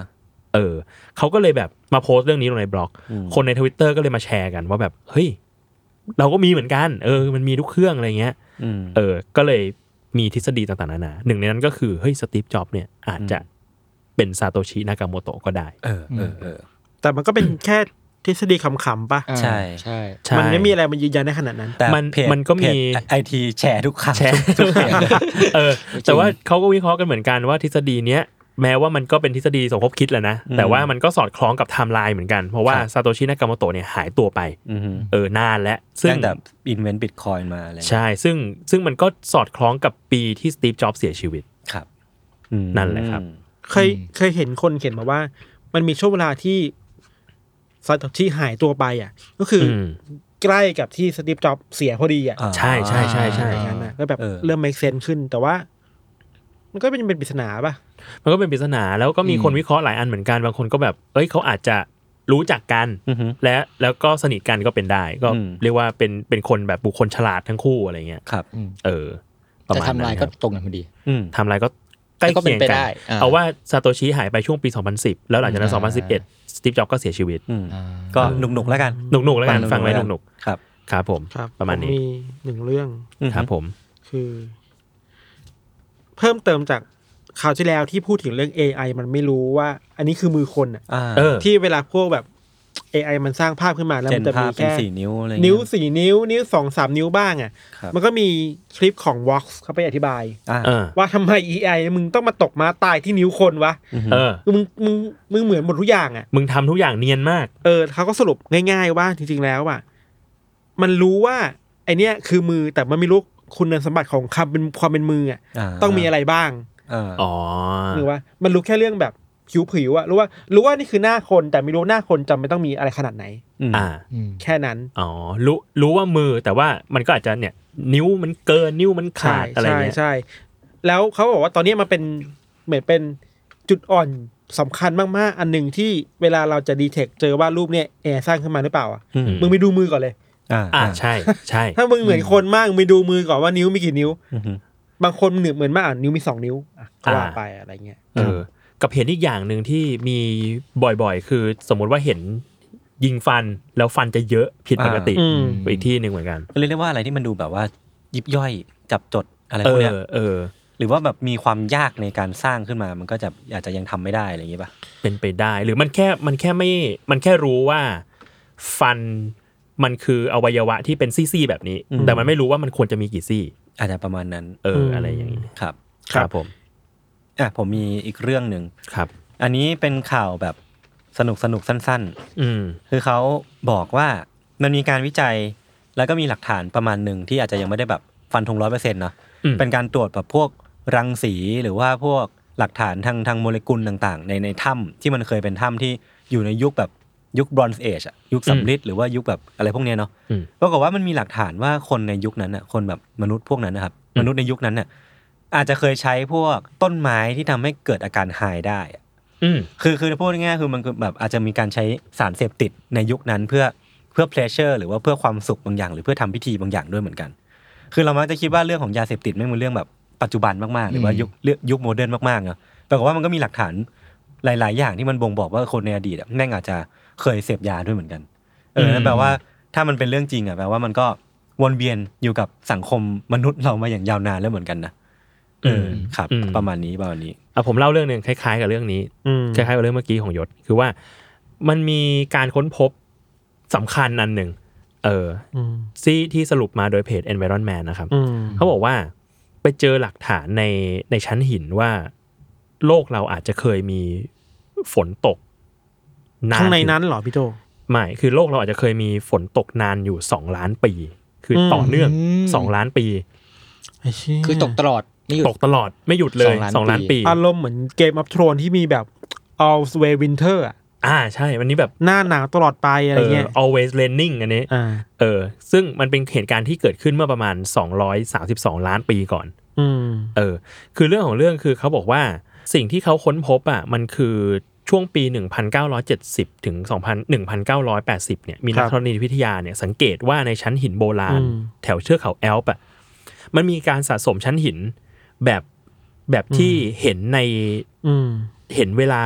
Speaker 6: เออเขาก็เลยแบบมาโพสต์เรื่องนี้ลงในบล็อกคนใน Twitter ก็เลยมาแชร์กันว่าแบบเฮ้ยเราก็มีเหมือนกันเออมันมีทุกเครื่องอะไรเงี้ยเออก็เลยมีทฤษฎีต่างๆนานาหนึ่งในนั้นก็คือเฮ้ยสตีฟจ็อบส์เนี่ยอาจจะเป็นซาโตชินากาโมโตะก็ได้
Speaker 4: เออเออเออ
Speaker 5: แต่มันก็เป็นแค่ทฤษฎีขำๆป่ะ
Speaker 4: ใช่
Speaker 7: ใช่
Speaker 5: มันไม่มีอะไรมันยืนยันได้ขนาดนั้น
Speaker 6: แต่มันมันก็มี
Speaker 4: ไอทีแชร์ทุกครั้ง
Speaker 6: ทุกเพจเออแต่ว่าเขาก็วิเคราะห์กันเหมือนกันว่าทฤษฎีเนี้ยแม้ว่ามันก็เป็นทฤษฎีสมคบคิดแหละนะแต่ว่ามันก็สอดคล้องกับไทม์ไลน์เหมือนกันเพราะว่าซาโตชินากาโมโตะเนี่ยหายตัวไปเออนานแล้ว
Speaker 4: ซึ่งตั้งแต่อินเวนต์บิตคอยน์มาอะไร
Speaker 6: ใช่ซึ่งซึ่งมันก็สอดคล้องกับปีที่สตีฟจ็อบส์เสียชีวิต
Speaker 4: ครับ
Speaker 6: นั่นแหละครับ
Speaker 5: เคยเคยเห็นคนเขียนมาว่ามันมีช่วงเวลาที่ซาโตชิหายตัวไปอ่ะก็คือใกล้กับที่สตีฟจ็อบส์เสียพอดีอ่ะ
Speaker 6: ใช่ใช่ใช่ใช่
Speaker 5: งั้นนะก็แบบเริ่ม make sense ขึ้นแต่ว่ามันก็เป็นเป็นปริศนาป่ะ
Speaker 6: มันก็เป็นปริศนาแล้วก็มีคนวิเคราะห์หลายอันเหมือนกันบางคนก็แบบเอ้ยเขาอาจจะรู้จักกันและแล้วก็สนิทกันก็เป็นได้ก็เรียกว่าเป็นเป็นคนแบบบุคคลฉลาดทั้งคู่อะไรเงี้ย
Speaker 4: ครับ
Speaker 6: เออ
Speaker 7: ประมาณนั้นแต่ทำลายก็ตรงกันพอดี
Speaker 6: ทำลายก็ใกล้เคียงกันเอาว่าซาโตชิหายไปช่วงปีสองพันสิบแล้วหลังจากนั้นสองพันสิบเอ็ดสตีฟจ็อบส์ก็เสียชีวิต
Speaker 4: ก็หนุกๆแล้วกัน
Speaker 6: หนุกๆแล้วกันฟังไว้หนุก
Speaker 4: ๆครับ
Speaker 6: ครับผมประมาณนี้
Speaker 5: มีหนึ่งเรื่อง
Speaker 6: ครับผม
Speaker 5: คือเพิ่มเติมจากคราวที่แล้วที่พูดถึงเรื่อง เอ ไอ มันไม่รู้ว่าอันนี้คือมือคนอ่ะที่เวลาพวกแบบ เอ ไอ มันสร้างภาพขึ้นมาแล้วมันจะมีแค่
Speaker 4: สี่นิ้วอะไร
Speaker 5: นิ้วสี่นิ้วนิ้ว สองสาม นิ้วบ้างอ่ะมันก็มีคลิปของ Vox เขาไปอธิบายว่าทำไม เอ ไอ มึงต้องมาตกมาตายที่นิ้วคนวะเออมึงมึงมึงเหมือนหมดทุกอย่างอ่ะ
Speaker 6: มึงทำทุกอย่างเนียนมาก
Speaker 5: เออเขาก็สรุปง่ายๆว่าจริงๆแล้วอ่ะมันรู้ว่าไอเนี้ยคือมือแต่มันไม่รู้คุณสมบัติของคำเป็นความเป็นมืออ่ะต้องมีอะไรบ้าง
Speaker 6: อ๋อ
Speaker 5: หรือว่ามันรู้แค่เรื่องแบบผิวๆอ่ะรู้ว่ารู้ว่านี่คือหน้าคนแต่ไม่รู้หน้าคนจำไม่ต้องมีอะไรขนาดไหน
Speaker 6: อ่า
Speaker 5: แค่นั้น
Speaker 6: อ๋อรู้รู้ว่ามือแต่ว่ามันก็อาจจะเนี่ยนิ้วมันเกินนิ้วมันขาดอะไรเงี้ย
Speaker 5: ใช่ๆแล้วเขาบอกว่าตอนนี้มันเป็นเหมือนเป็นจุดอ่อนสำคัญมากๆอันนึงที่เวลาเราจะดีเทคเจอว่ารูปเนี่ยแอร์สร้างขึ้นมาหรือเปล่าอ่ะมึงไปดูมือก่อนเลย
Speaker 6: อ่าอ่าใช่ใช่
Speaker 5: ถ้ามึงเหมือนคนมากไปดูมือก่อนว่านิ้วมีกี่นิ้วบางคนเหนือเหมือนมากอ่ะนิ้วมีสองนิ้วอ่ะก็ว่าไปอะไรเงี้ย
Speaker 6: เออกับเห็นอีกอย่างนึงที่มีบ่อยๆคือสมมติว่าเห็นยิงฟันแล้วฟันจะเยอะผิดปกติไปอีกที่นึงเหมือนกัน
Speaker 4: เรียกได้ว่าอะไรที่มันดูแบบว่ายิบย่อยจับจดอะไรพวกเนี้ย
Speaker 6: เออ
Speaker 4: หรือว่าแบบมีความยากในการสร้างขึ้นมามันก็จะอาจจะยังทำไม่ได้อะไรอย่างงี้ป่ะ
Speaker 6: เป็นไปได้หรือมันแค่มันแค่ไม่มันแค่รู้ว่าฟันมันคืออวัยวะที่เป็นซี่ๆแบบนี้แต่มันไม่รู้ว่ามันควรจะมีกี่ซี่
Speaker 4: อาจจะประมาณนั้น
Speaker 6: เอออะไรอย่างนี้
Speaker 4: ครับ
Speaker 6: ครับผม
Speaker 4: อ่ะผมมีอีกเรื่องนึง
Speaker 6: ครับ
Speaker 4: อันนี้เป็นข่าวแบบสนุกสนุกสั้น
Speaker 6: ๆอืม
Speaker 4: คือเขาบอกว่ามันมีการวิจัยแล้วก็มีหลักฐานประมาณนึงที่อาจจะยังไม่ได้แบบฟันธง ร้อยเปอร์เซ็นต์ เนาะเป็นการตรวจแบบพวกรังสีหรือว่าพวกหลักฐานทางทางโมเลกุลต่างๆในในถ้ำที่มันเคยเป็นถ้ำที่อยู่ในยุคแบบยุค Bronze Age อ่ะยุคสำริดหรือว่ายุคแบบอะไรพวกนี้เนาะปรากฏว่ามันมีหลักฐานว่าคนในยุคนั้นน่ะคนแบบมนุษย์พวกนั้นนะครับมนุษย์ในยุคนั้นน่ะอาจจะเคยใช้พวกต้นไม้ที่ทำให้เกิดอาการไฮได้อ่ะคือคือพูดง่ายๆคือมันแบบอาจจะมีการใช้สารเสพติดในยุคนั้นเพื่อเพื่อ pleasure หรือว่าเพื่อความสุขบางอย่างหรือเพื่อทำพิธีบางอย่างด้วยเหมือนกันคือเรามักจะคิดว่าเรื่องของยาเสพติดไม่เป็นเรื่องแบบปัจจุบันมากๆหรือว่ายุคยุคโมเดิร์นมากๆเนาะแปลว่ามันก็มีหลักฐานหลายๆอย่างที่มันบ่งบอกว่าคนในอดีตแม่งอาจจะเคยเสพยาด้วยเหมือนกันเออนั่นแปลว่าถ้ามันเป็นเรื่องจริงอ่ะแปลว่ามันก็วนเวียนอยู่กับสังคมมนุษย์เรามาอย่างยาวนานแล้วเหมือนกันนะเออครับประมาณนี้ประมาณนี้
Speaker 6: อ่ะผมเล่าเรื่องนึงคล้ายๆกับเรื่องนี้คล้ายๆกับเรื่องเมื่อกี้ของยศคือว่ามันมีการค้นพบสำคัญอันหนึ่งเออที่ที่สรุปมาโดยเพจ Environment นะครับเขาบอกว่าไปเจอหลักฐานในในชั้นหินว่าโลกเราอาจจะเคยมีฝนตก
Speaker 5: ข้างในนั้นเหรอพี่โจ
Speaker 6: ไม่คือโลกเราอาจจะเคยมีฝนตกนานอยู่สองล้านปีคือต่อเนื่องสองล้านปี
Speaker 7: คือตกตลอดไม่หยุด
Speaker 6: ตกตลอดไม่หยุดเลยสองล้านปี
Speaker 5: อารมณ์เหมือน Game of Thrones ที่มีแบบ Always Winter อ่ะ
Speaker 6: อ่าใช่วันนี้แบบ
Speaker 5: หน้าหนาวตลอดไปอะไรเงี้ย
Speaker 6: always raining อันนี้เออซึ่งมันเป็นเหตุการณ์ที่เกิดขึ้นเมื่อประมาณสองร้อยสามสิบสองล้านปีก่อนเออคือเรื่องของเรื่องคือเขาบอกว่าสิ่งที่เขาค้นพบอ่ะมันคือช่วงปีหนึ่งพันเก้าร้อยเจ็ดสิบถึงสองพัน หนึ่งพันเก้าร้อยแปดสิบเนี่ยมีนักธรณีวิทยาเนี่ยสังเกตว่าในชั้นหินโบราณแถวเทือกเขาแอลป์อ่ะมันมีการสะสมชั้นหินแบบแบบที่เห็นในเห็นเวลา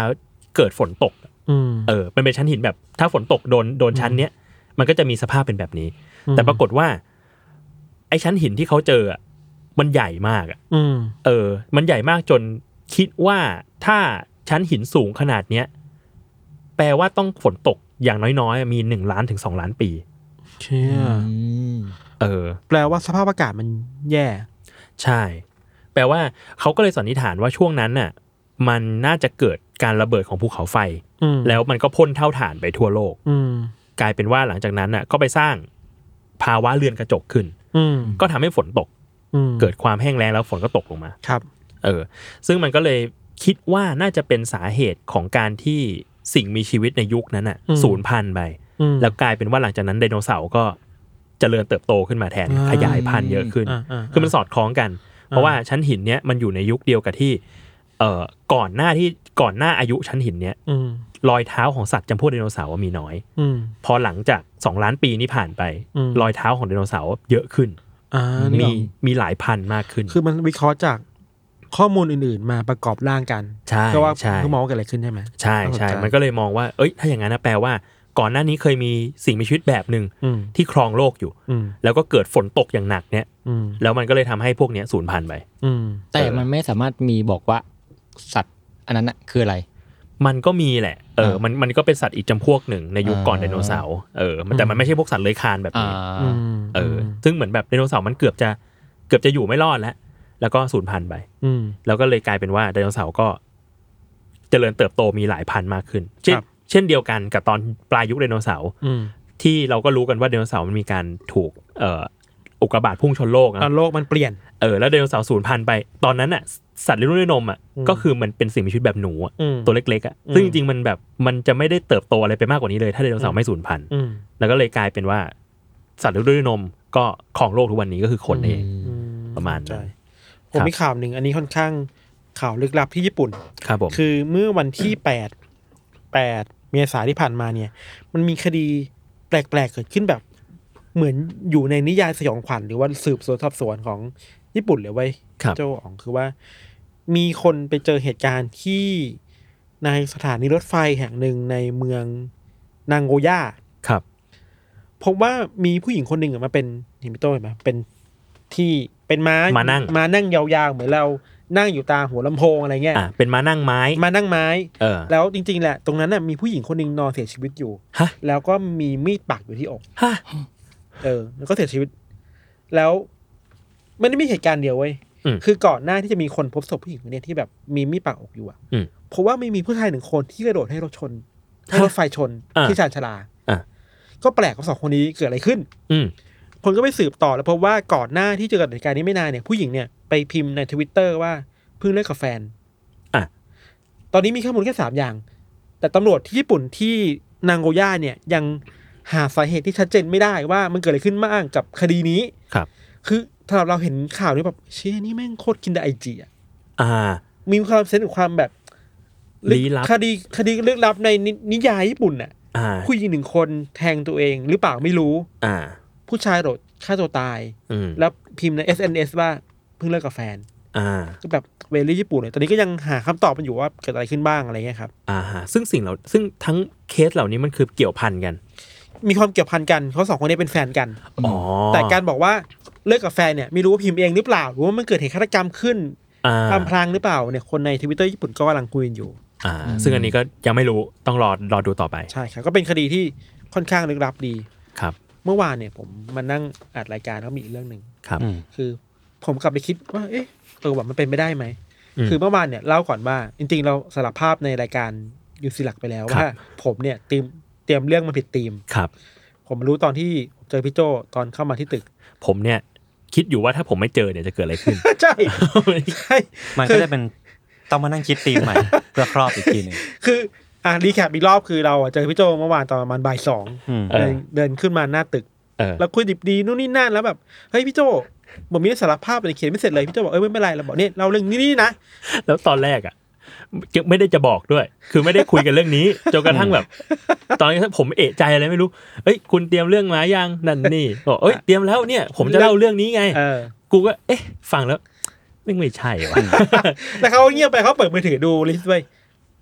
Speaker 6: เกิดฝนตกเออมันเป็นชั้นหินแบบถ้าฝนตกโดนโดนชั้นเนี้ยมันก็จะมีสภาพเป็นแบบนี้แต่ปรากฏว่าไอ้ชั้นหินที่เขาเจอมันใหญ่มากอ่ะเออมันใหญ่มากจนคิดว่าถ้าชั้นหินสูงขนาดเนี้ยแปลว่าต้องฝนตกอย่างน้อยๆมีหนึ่งล้านถึงสองล้านปี
Speaker 5: เชี่ย
Speaker 6: เออ
Speaker 5: แปลว่าสภาพอากาศมันแย่
Speaker 6: ใช่แปลว่าเขาก็เลยสันนิษฐานว่าช่วงนั้นน่ะมันน่าจะเกิดการระเบิดของภูเขาไฟแล้วมันก็พ่นเท่าฐานไปทั่วโลกกลายเป็นว่าหลังจากนั้นน่ะก็ไปสร้างภาวะเรือนกระจกขึ้นก็ทำให้ฝนตกเกิดความแห้งแล้งแล้วฝนก็ตกลงมา
Speaker 5: ครับ
Speaker 6: เออซึ่งมันก็เลยคิดว่าน่าจะเป็นสาเหตุของการที่สิ่งมีชีวิตในยุคนั้นน่ะสูญพันธุ์ไปแล้วกลายเป็นว่าหลังจากนั้นไดโนเสาร์ก็เจริญเติบโตขึ้นมาแทนขยายพันธุ์เยอะขึ้นคือมันสอดคล้องกันเพราะว่าชั้นหินเนี้ยมันอยู่ในยุคเดียวกับที่เอ่อก่อนหน้าที่ก่อนหน้าอายุชั้นหินเนี้ยรอยเท้าของสัตว์จำพวกไดโนเสาร์มีน้อยพอหลังจากสองล้านปีนี้ผ่านไปรอยเท้าของไดโนเสาร์เยอะขึ้นมีมีหลายพันมากขึ้น
Speaker 5: คือมันวิเคราะห์จากข้อมูลอื่นๆมาประกอบร่างกัน
Speaker 6: เพราะ
Speaker 5: ว่าเขามองกันอะไรขึ้นใช่ไหม
Speaker 6: ใช่ใช่มันก็เลยมองว่าเอ้ยถ้าอย่างนั้นนะแปลว่าก่อนหน้านี้เคยมีสิ่งมีชีวิตแบบนึงที่ครองโลกอยู่แล้วก็เกิดฝนตกอย่างหนักเนี้ยแล้วมันก็เลยทำให้พวกเนี้ยสูญพันธุ์ไป
Speaker 7: แต่มันไม่สามารถมีบอกว่าสัตว์อันนั้นน่ะคืออะไร
Speaker 6: มันก็มีแหละเออมันมันก็เป็นสัตว์อีกจำพวกหนึ่งในยุคก่อนไดโนเสาร์เออแต่มันไม่ใช่พวกสัตว์เลื้อยคลานแบบนี้เออซึ่งเหมือนแบบไดโนเสาร์มันเกือบจะเกือบจะอยู่ไม่รอดแล้วแล้วก็สูญพันธุ์ไปแล้วก็เลยกลายเป็นว่าไดโนเสาร์ก็เจริญเติบโตมีหลายพันธุ์มากขึ้นเช่นเช่นเดียวกันกับตอนปลายยุคไดโนเสาร์ที่เราก็รู้กันว่าไดโนเสาร์มันมีการถูกเอ่ออุกกาบาตพุ่งชนโลก
Speaker 5: นะโลกมันเปลี่ยน
Speaker 6: เออแล้วไดโนเสาร์สูญพันธุ์ไปตอนนั้นน่ะสัตว์เลี้ยงลูกด้วยนมอ่ะก็คือมันเป็นสิ่งมีชีวิตแบบหนูตัวเล็กๆอ่ะซึ่งจริงๆมันแบบมันจะไม่ได้เติบโตอะไรไปมากกว่านี้เลยถ้าไดโนเสาร์ไม่สูญพันธุ์แล้วก็เลยกลายเป็นว่าสัตว์เลี้ยงลูกด้วยนมก็ครองโลกทุกวันนี้ก็คือคนเองประมาณนั้น
Speaker 5: ผมมีข่าวหนึ่งอันนี้ค่อนข้างข่าวลึกลับที่ญี่ปุ่น
Speaker 6: ครับผม
Speaker 5: คือเมื่อวันที่แปด แปดเมษายนที่ผ่านมาเนี่ยมันมีคดีแปลกๆเกิดขึ้นแบบเหมือนอยู่ในนิยายสยองขวัญหรือว่าสืบสวนสอบสวนของญี่ปุ่นเลยเว้ยเจ้าอ๋องคือว่ามีคนไปเจอเหตุการณ์ที่ในสถานีรถไฟแห่งหนึ่งในเมืองนางโกย่า
Speaker 6: ครับ
Speaker 5: พบว่ามีผู้หญิงคนหนึ่งมาเป็นเห็นพี่โต้เห็นไหมเป็นที่เป็นม้า
Speaker 6: มานั่ง
Speaker 5: มานั่งยาวๆเหมือนเรานั่งอยู่ตาหัวลำโพงอะไรเงี้ย
Speaker 6: อ่าเป็นม้านั่งไม้
Speaker 5: ม้านั่งไม้
Speaker 6: เออ
Speaker 5: แล้วจริงๆแหละตรงนั้นน่ะมีผู้หญิงคนนึงนอนเสียชีวิตอยู่
Speaker 6: ฮะ
Speaker 5: แล้วก็มีมีดปักอยู่ที่อก
Speaker 6: ฮะ
Speaker 5: เออแล้วก็เสียชีวิตแล้วไม่ได้มีเหตุการณ์เดียวเว้ยคือก่อนหน้าที่จะมีคนพบศพผู้หญิงคนนี้ที่แบบมีมีดปักอกอยู่อ่ะเพราะว่าไม่มีผู้ชายหนึ่งคนที่กระโดดให้รถชนให้รถไฟชนที่ชานชาลาก็แปลกว่าสองคนนี้เกิดอะไรขึ้นคนก็ไปสืบต่อแล้วพบว่าก่อนหน้าที่จะเกิดเหตุการณ์นี้ไม่นานเนี่ยผู้หญิงเนี่ยไปพิมพ์ใน Twitter ว่าเพิ่งเลิกกับแฟน
Speaker 6: อ่ะ
Speaker 5: ตอนนี้มีข้อมูลแค่สามอย่างแต่ตำรวจที่ญี่ปุ่นที่นางโกย่าเนี่ยยังหาสาเหตุที่ชัดเจนไม่ได้ว่ามันเกิดอะไรขึ้นบ้างกับคดีนี้
Speaker 6: ครับ
Speaker 5: คือถ้าเราเห็นข่าวนี้แบบเชี่ยนี่แม่งโคตรกินไดไอจีอ่ะ
Speaker 6: อ่า
Speaker 5: มีความเซนส์ของความแบบ
Speaker 6: ลี้ลับ
Speaker 5: คดีคดีลึกลับในนิยายญี่ปุ่นน่ะผู้หญิงหนึ่งคนแทงตัวเองหรือเปล่าไม่รู้
Speaker 6: อ่า
Speaker 5: ผู้ชายโดดฆ่าตัวตายแล้วพิมพ์ใน เอส เอ็น เอส ว่าเพิ่งเลิกกับแฟน
Speaker 6: อ่า
Speaker 5: ก็แบบเวลี่ญี่ปุ่นเนี่ยตอนนี้ก็ยังหาคำตอบมันอยู่ว่าเกิดอะไรขึ้นบ้างอะไรเงี้ยครับ
Speaker 6: อ่าฮะซึ่งสิ่งเหล่าซึ่งทั้งเคสเหล่านี้มันคือเกี่ยวพันกัน
Speaker 5: มีความเกี่ยวพันกันเขาสองคนนี้เป็นแฟนกัน
Speaker 6: อ๋อ
Speaker 5: แต่การบอกว่าเลิกกับแฟนเนี่ยไม่รู้ว่าพิมพ์เองหรือเปล่าหรือว่ามันเกิดเหตุฆาตกรรมขึ้นตามพลางหรือเปล่าเนี่ยคนใน Twitter ญี่ปุ่นก็กำลังคุยกันอยู่
Speaker 6: อ่าซึ่งอันนี้ก็ยังไม่รู้ต้องรอรอดูต่อไป
Speaker 5: ใช่ครับก็เป็นคดีที่ค่อนข้างลึกลับดี
Speaker 6: ครับ
Speaker 5: เมื่อวานเนี่ยผมมานั่งอัดรายการแล้วมีอีกเรื่องนึง
Speaker 6: ครับ
Speaker 5: คือผมกลับไปคิดว่าเอ๊ะเออว่ามันเป็นไปได้ไหมคือเมื่อวานเนี่ยเล่าก่อนว่าจริงๆเราสารภาพในรายการยูซีหลักไปแล้วว่าผมเนี่ยเตรียมเตรียมเรื่องมาผิดธีม
Speaker 6: ครับ
Speaker 5: ผมรู้ตอนที่เจอพี่โจตอนเข้ามาที่ตึก
Speaker 6: ผมเนี่ยคิดอยู่ว่าถ้าผมไม่เจอเนี่ยจะเกิดอะไรขึ้น
Speaker 5: ใช่ใช่
Speaker 4: มันก็จะเป็นต้องมานั่งคิดธีมใหม่เพื่อครอบอีกทีนึง
Speaker 5: คืออ่ะรีแคปอีกรอบคือเราเจอพี่โจเมื่อวานตอนประมาณบ่ายสองเดินเดินขึ้นมาหน้าตึกแล้วคุยดิบดีนู่นนี่นั่นแล้วแบบเฮ้ยพี่โจผมมีสารภาพอะไรเขียนไม่เสร็จเลยพี่โจบอกเอ้ยไม่เป็นไรเราบอกเนี่ยเราเรื่องนี้นี่นะ
Speaker 6: แล้วตอนแรกอ่ะไม่ได้จะบอกด้วยคือไม่ได้คุยกันเรื่องนี้จนกระทั่งแบบตอนนี้ผมเอะใจอะไรไม่รู้เอ้ยคุณเตรียมเรื่องมายังนั่นนี่บอกเอ้ยเตรียมแล้วเนี่ยผมจะเล่าเรื่องนี้ไงกูก็เอ๊ะฟังแล้วไม่ไม่ใช่ว่ะ
Speaker 5: แต่เขาเงียบไปเขาเปิดมือถือดูลิสต์ไว้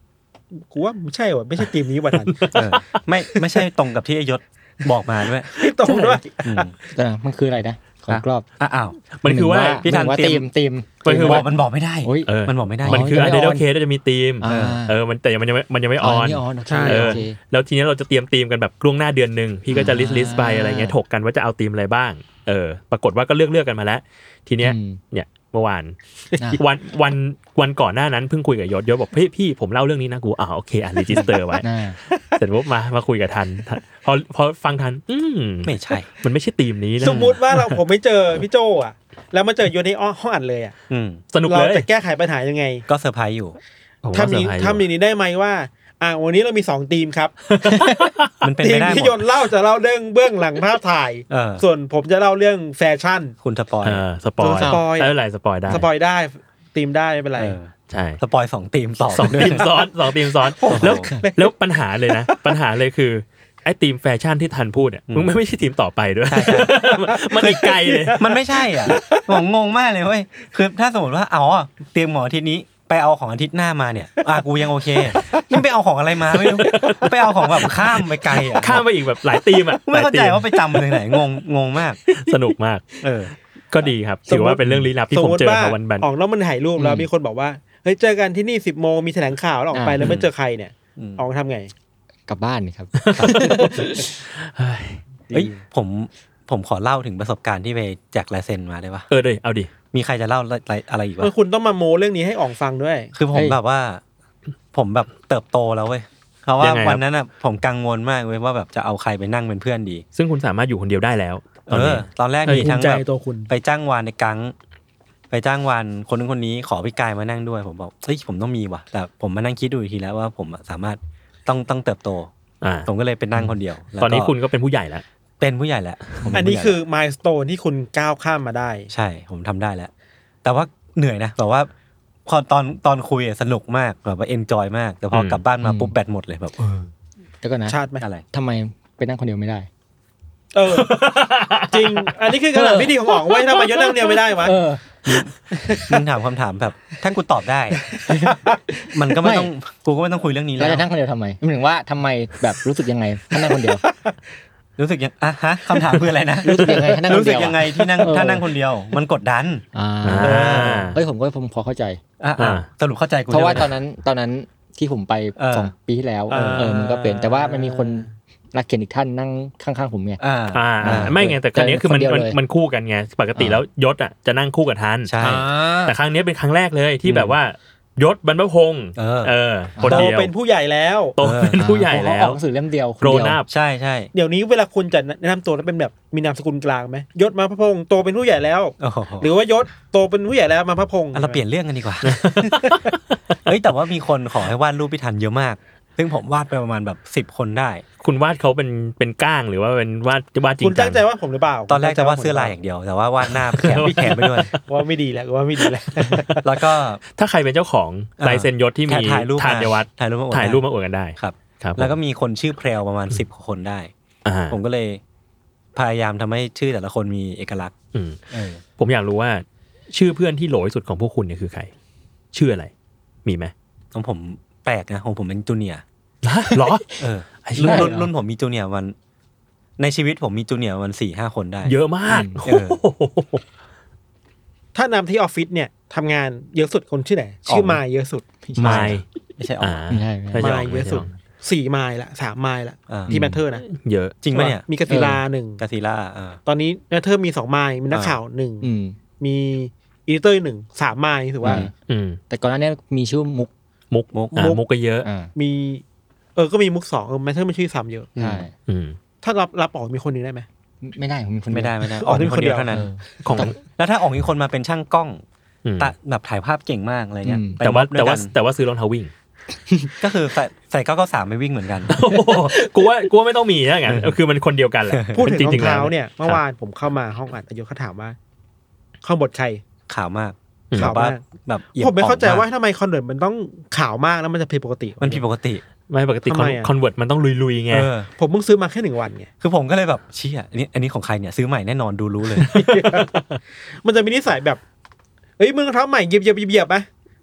Speaker 5: กูว่าไม่ใช่ว่ะไม่ใช่ทีมนี้ว่ะทัน
Speaker 4: ไม่ไม่ใช่ตรงกับที่ไอ้ยศบอกมาด้วย
Speaker 5: ไม่ตรงด้วย
Speaker 7: แต่มันคืออะไรนะของกรอบ
Speaker 4: อ้าว
Speaker 6: มันคือว่า
Speaker 7: พี่ทันทีมทีม
Speaker 4: มันคือบอกมันบอกไม่ได้มันบอกไม่ได้
Speaker 6: มันคือ Idol Case จะมีทีมเออมันแต่มันยังไม่มันยังไม่ออน
Speaker 7: ใช่
Speaker 6: แล้วทีนี้เราจะเตรียมทีมกันแบบล่วงหน้าเดือนนึงพี่ก็จะลิสต์ลิสต์ไปอะไรเงี้ยถกกันว่าจะเอาทีมอะไรบ้างเออปรากฏว่าก็เลือกเลือกกันมาแล้วทีเนี้ยเนี่ยเมื่อวานวันวันวันก่อนหน้านั้นเพิ่งคุยกับยศยศบอกพี่พี่ผมเล่าเรื่องนี้นะกูอ่าโอเคอ่ะรีจิสเตอร์ไว้เสร็จปุ๊บมามาคุยกับทันพอพอฟังทันอืม
Speaker 4: ไม่ใช่
Speaker 6: มันไม่ใช่ทีมนี้นะ
Speaker 5: สมมุติว่าเราผมไม่เจอพี่โจอ่ะแล้วมาเจออยู่ในห้องอัดเลยอ่ะ
Speaker 6: สนุกเลย
Speaker 5: เราจะแก้ไขปัญหายังไง
Speaker 4: ก็เซอร์ไพรส์อยู่
Speaker 5: ถ้ามีถ้ามีนี้ได้ไหมว่าอ่ะวันนี้เรามีสองทีมครับ
Speaker 4: มันเป็นไปได้หมด
Speaker 5: ที่ยนต์เล่าจะเล่าเรื่องเบื้องหลังภาพถ่ายส่วนผมจะเล่าเรื่องแฟชั่น
Speaker 4: คุณสปอย
Speaker 6: เออสปอย
Speaker 5: สปอย
Speaker 6: ไม่เป็นไรสปอยได้
Speaker 5: สปอยได้ทีมได้ไม่เป็นไร
Speaker 6: ใช่
Speaker 4: สปอยสองทีมสอง
Speaker 6: สองทีมซ้อนสองทีมซ้อนแล้วแล้วปัญหาเลยนะปัญหาเลยคือไอ้ทีมแฟชั่นที่ทันพูดเนี่ยมึงไม่ใช่ทีมต่อไปด้วยมันอีกไกลเลย
Speaker 4: มันไม่ใช่อ่ะผมงงมากเลยเว้ยคือถ้าสมมติว่าอ๋อเตรียมหมอทีนี้ไปเอาของอาทิตย์หน้ามาเนี่ยอ่ะกูยังโอเคนี่ไปเอาของอะไรมาไม่รู้ไปเอาของแบบข้ามไปไกลอ่ะ
Speaker 6: ข้ามไปอีกแบบหลายทีมอ่ะ
Speaker 4: ไม่เข้าใจว่าไปจำเลยไหนงงงงมาก
Speaker 6: สนุกมาก
Speaker 4: เออ
Speaker 6: ก็ดีครับถือว่าเป็นเรื่องลี้ลับที่ผมเจอวันบัน
Speaker 5: ออกแล้วมันถ่ายรูปแล้วมีคนบอกว่าเฮ้ยเจอกันที่นี่สิบโมงมีแถลงข่าวแล้วออกไปแล้วไม่เจอใครเนี่ยออกทำไง
Speaker 7: กลับบ้านนี่ครับ
Speaker 4: เฮ้ยผมผมขอเล่าถึงประสบการณ์ที่ไปแจกลายเซ็นมาได้ปะ
Speaker 6: เออเลยเอาดิ
Speaker 4: มีใครจะเล่าอะไรอีกวะ
Speaker 5: คุณต้องมาโมเรื่องนี้ให้อองฟังด้วย
Speaker 4: คือผมแบบว่าผมแบบเติบโตแล้วเว้ยเพราะว่าวันนั้นอ่ะผมกังวลมากเว้ยว่าแบบจะเอาใครไปนั่งเป็นเพื่อนดี
Speaker 6: ซึ่งคุณสามารถอยู่คนเดียวได้แล้ว
Speaker 4: เออตอนแรกมีทั้งแบบไปจ้างวานในกังไปจ้างวานคนนึงคนนี้ขอพี่กายมานั่งด้วยผมบอกเฮ้ยผมต้องมีว่ะแต่ผมมานั่งคิดดูอีกทีแล้วว่าผมสามารถต้องต้องเติบโตผมก็เลยไปนั่งคนเดียว
Speaker 6: ตอนนี้คุณก็เป็นผู้ใหญ่แล้ว
Speaker 4: เป็นผู้ใหญ่แล้ว
Speaker 5: อันนี้คือมายสโตนที่คุณก้าวข้ามมาได้
Speaker 4: ใช่ผมทำได้แล้วแต่ว่าเหนื่อยนะแบบว่าพอตอนตอนคุยสนุกมากแบบว่าเอนจอยมากแต่พอกลับบ้านมาปุ๊บแบตหมดเลยแบบเออ
Speaker 7: แล้วก็นะ
Speaker 5: ชาติไหม
Speaker 4: อะไร
Speaker 7: ทำไมไปนั่งคนเดียวไม่ได้
Speaker 5: เออจริงอันนี้คือขนาดพิธีของอ๋องไว้ทำไมยศนั่งคนเดียวไม่ได้วะ
Speaker 4: มึงถามคำถามแบบถ้ากูตอบได้มันก็ไม่ต้องกูก็ไม่ต้องคุยเรื่องนี้แล้ว
Speaker 7: แล้วจะนั่งคนเดียวทำไมหมายถึงว่าทำไมแบบรู้สึกยังไงถ้านั่งคนเดียว
Speaker 4: รู้สึกยังอ่ะฮะคำถามคืออะไรนะ
Speaker 7: รู้สึกยังไงถ้านั่งคนเดียวรู้สึก
Speaker 4: ยังไงที่นั่งถ้านั่งคนเดียวมันกดดัน
Speaker 7: อ่าเฮ้ยผมก็ผมพอเข้าใจ
Speaker 4: อ่าสรุปเข้าใจกู
Speaker 7: เพราะว่าตอนนั้นตอนนั้นที่ผมไปสองปีที่แล้วเออมันก็เป็นแต่ว่ามันมีคนนักเขียนอีกท่านนั่งข้างๆผมไง
Speaker 6: อ่าไม่ไงแต่ครั้งนี้คือมันมันคู่กันไงปกติแล้วยศอ่ะจะนั่งคู่กับทัน
Speaker 4: ใช่
Speaker 6: แต่ครั้งนี้เป็นครั้งแรกเลยที่แบบว่ายศบรรพพงศ์เออคนเดียว
Speaker 5: โตเป็นผู้ใหญ่แล้ว
Speaker 6: โตเป็นผู้ใหญ่แล้ว
Speaker 7: ออกหนังสือเล่มเดียว
Speaker 6: โกรนับ
Speaker 4: ใช่ใช่
Speaker 5: เดี๋ยวนี้เวลาคุณจะแนะนำตัวแล้วเป็นแบบมีนามสกุลกลางไหมยศมาพระพงศ์โตเป็นผู้ใหญ่แล้วหรือว่ายศโตเป็นผู้ใหญ่แล้วมาพระพงศ์
Speaker 4: เราเปลี่ยนเรื่องกันดีกว่าเฮ้ยแต่ว่ามีคนขอให้วาดรูปพี่ทันเยอะมากซึ่งผมวาดไปประมาณแบบสิบคนได้
Speaker 6: คุณวาดเขาเป็นเป็นก้างหรือว่าเป็นวาดวาดจริง
Speaker 5: คุณตั้งใจวาดผมหรือเปล่า
Speaker 4: ตอนแรกจะวาดเสื้อลายอย่างเดียวแต่ว่าวาดหน้าแขนพี่แขนไปด้วย
Speaker 5: ว่าไม่ดีแล้วว่าไม่ดีแล้ว
Speaker 4: แล้วก็
Speaker 6: ถ้าใครเป็นเจ้าของลายเซ็นยศที่มี
Speaker 4: ถ่าย
Speaker 6: วัด
Speaker 4: ถ่ายรูป
Speaker 6: ถ่ายรูปมาอวดกันได้
Speaker 4: ครับแล้วก็มีคนชื่อเพลวประมาณสิบคนได้ผมก็เลยพยายามทำให้ชื่อแต่ละคนมีเอกลักษณ์
Speaker 6: ผมอยากรู้ว่าชื่อเพื่อนที่โหลที่สุดของพวกคุณเนี่ยคือใครชื่ออะไรมีไหม
Speaker 4: ของผมแปลกนะของผมเป็นจูเนียร์
Speaker 6: หรอ
Speaker 4: เออรุ่นรุ่นรุ่นผมมีจูเนียร์วันในชีวิตผมมีจูเนียร์วันสี่ห้าคนได้
Speaker 6: เยอะมาก
Speaker 5: ถ้านำที่ออฟฟิศเนี่ยทำงานเยอะสุดคนชื่อไหนชื่อไมล์เยอะสุด
Speaker 6: ไมล์
Speaker 4: ไม่ใช่อ๋อ
Speaker 7: ไม่ใช่
Speaker 5: ไมล์เยอะสุดสี่ไมล์ละสามไมล์ละที่แมทเทอร์นะ
Speaker 6: เยอะ
Speaker 4: จริงไหมเนี่ย
Speaker 5: มีกาซิลาหนึ่ง
Speaker 4: กาซิลา
Speaker 5: ตอนนี้แมทเทอร์มีสองไมล์มีนักข่าวหนึ่งมีอีดิเตอร์หนึ่งสามไมล์ถือว่า
Speaker 7: แต่ก่อนหน้านี้มีชื่อมุก
Speaker 6: มุกมุกมุกก็เยอะ
Speaker 5: มีเออก็มีมุกสองเออแมทเทอร์มันชื่อซ้ำเยอะ
Speaker 7: ใช่
Speaker 5: ถ้ารับรับออกมีคนนึงได้ไหม
Speaker 7: ไม่ได้ผมมีคน
Speaker 4: ไม่ได้ไม่ได้ออกมีคนเดียวเท่านั้นของแล้วถ้าออกมีคนมาเป็นช่างกล้องแต่แบบถ่ายภาพเก่งมากอะไรเงี้ย
Speaker 6: แต่ว่าแต่ว่าแต่ว่าซื้อรองเท้าวิ่ง
Speaker 4: ก็คือใส่ใส่เก้าเก้าสามไปวิ่งเหมือนกัน
Speaker 6: กูว่ากูว่าไม่ต้องมีนะงั้นคือมันคนเดียวกันแหละ
Speaker 5: พูดถึงรองเท้าเนี่ยเมื่อวานผมเข้ามาห้องอัดอายุเขาถามว่าข้อบทใคร
Speaker 4: ขาวมาก
Speaker 5: ขาวมากแบบผมไม่เข้าใจว่าทำไมคอนเวิร์ตมันต้องขาวมากแล้วมันจะผิดปกติ
Speaker 4: มันผิดปกติ
Speaker 6: ไม่ปกติคอนเวิร์ตมันต้องลุยๆไง
Speaker 5: ผมเพิ่งซื้อมาแค่หนึ่งวันไง
Speaker 4: คือผมก็เลยแบบเชี่ยอันนี้อันนี้ของใครเนี่ยซื้อใหม่แน่นอนดูรู้เลย
Speaker 5: มันจะมีนิสัยแบบเฮ้ยมึงรองเท้าใหม่เหยียบเหยียบเหยียบไหม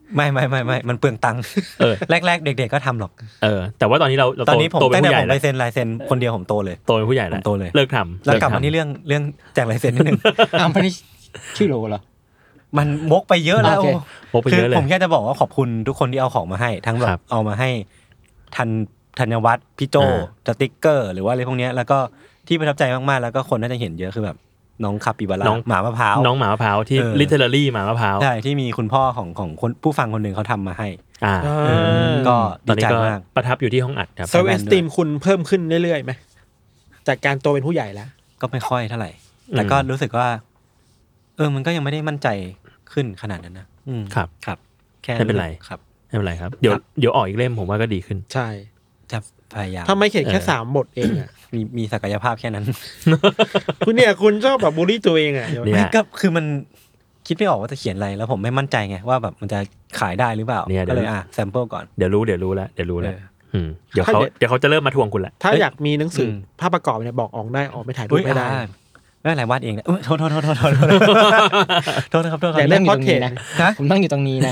Speaker 4: ไม่ไม่ไม่ไม่มันเปลืองตังค์เออแรกๆเด็กๆก็ทำหรอก
Speaker 6: เออแต่ว่าตอนนี้เรา
Speaker 4: ตอนนี้ผมตั้งแต่ผมไปเซ็นลายเซ็นคนเดียวผมโตเลย
Speaker 6: โตเป็นผู้ใหญ่แล้ว
Speaker 4: โตเลย
Speaker 6: เลิกทำ
Speaker 4: แล้วกลับมาที่เรื่องเรื่องแจกลายเซ็นนิดนึง
Speaker 7: อ้าวนี่ชื่อโลเหรอ
Speaker 4: มันมกไปเยอะแล้ว
Speaker 6: มกไปเยอะเลย
Speaker 4: ผมแค่จะบอกว่าขอบคุณทุกคนที่เอาของมาให้ทั้งแบบเอามาให้ทันธัญวัฒน์พี่โจสติ๊กเกอร์หรือว่าอะไรพวกนี้แล้วก็ที่ประทับใจมากๆแล้วก็คนน่าจะเห็นเยอะคือแบบน้องคาปิบาร่าหมามะพร้าว
Speaker 6: น้องหมามะพร้าวที่ literally หมามะพร้าว
Speaker 4: ใช่ที่มีคุณพ่อของของคนผู้ฟังคนหนึ่งเขาทำมาให้
Speaker 6: อ่า
Speaker 4: ก็ดีใจมาก
Speaker 6: ประทับอยู่ที่ห้องอัดครับ
Speaker 5: เซลฟ์เอสติมคุณเพิ่มขึ้นเรื่อยๆไหมจากการโตเป็นผู้ใหญ่แล้ว
Speaker 4: ก็ไม่ค่อยเท่าไหร่แต่ก็รู้สึกว่าเออมันก็ยังไม่ได้มั่นใจขึ้นขนาดนั้นนะครับครับแค่
Speaker 6: ไม่เป็นไร
Speaker 4: ครับ
Speaker 6: ไม่เป็นไรครับเดี๋ยวเดี๋ยวออกอีกเล่มผมว่าก็ดีขึ้น
Speaker 5: ใช่
Speaker 4: จะพยายาม
Speaker 5: ถ้าไม่เขียนแค่สามบทเองอ่ะ
Speaker 4: มีมีศักยภาพแค่นั้น
Speaker 5: คุณเนี่ยคุณชอบแบบบูลลี่ตัวเองอ่ะ
Speaker 4: ไม่ก็คือมันคิดไม่ออกว่าจะเขียนอะไรแล้วผมไม่มั่นใจไงว่าแบบมันจะขายได้หรือเปล่าก็เลยอ่ะแซมเปิลก่อน
Speaker 6: เดี๋ยวรู้เดี๋ยวรู้แล้วเดี๋ยวรู้แล้วเดี๋ยวเขาเดี๋ยวเขาจะเริ่มมาทวงคุณแหละ
Speaker 5: ถ้าอยากมีหนังสือภาพประกอบเนี่ยบอกออกได้ออกไม่ถ่ายรูปไม่ได้
Speaker 4: ไม่อะไรวาดเองนะโทษโทษโทษโทษโทษโทษนะครับโทษครับ
Speaker 7: อยากได้พอดเทสนะผมนั่งอยู่ตรงนี้นะ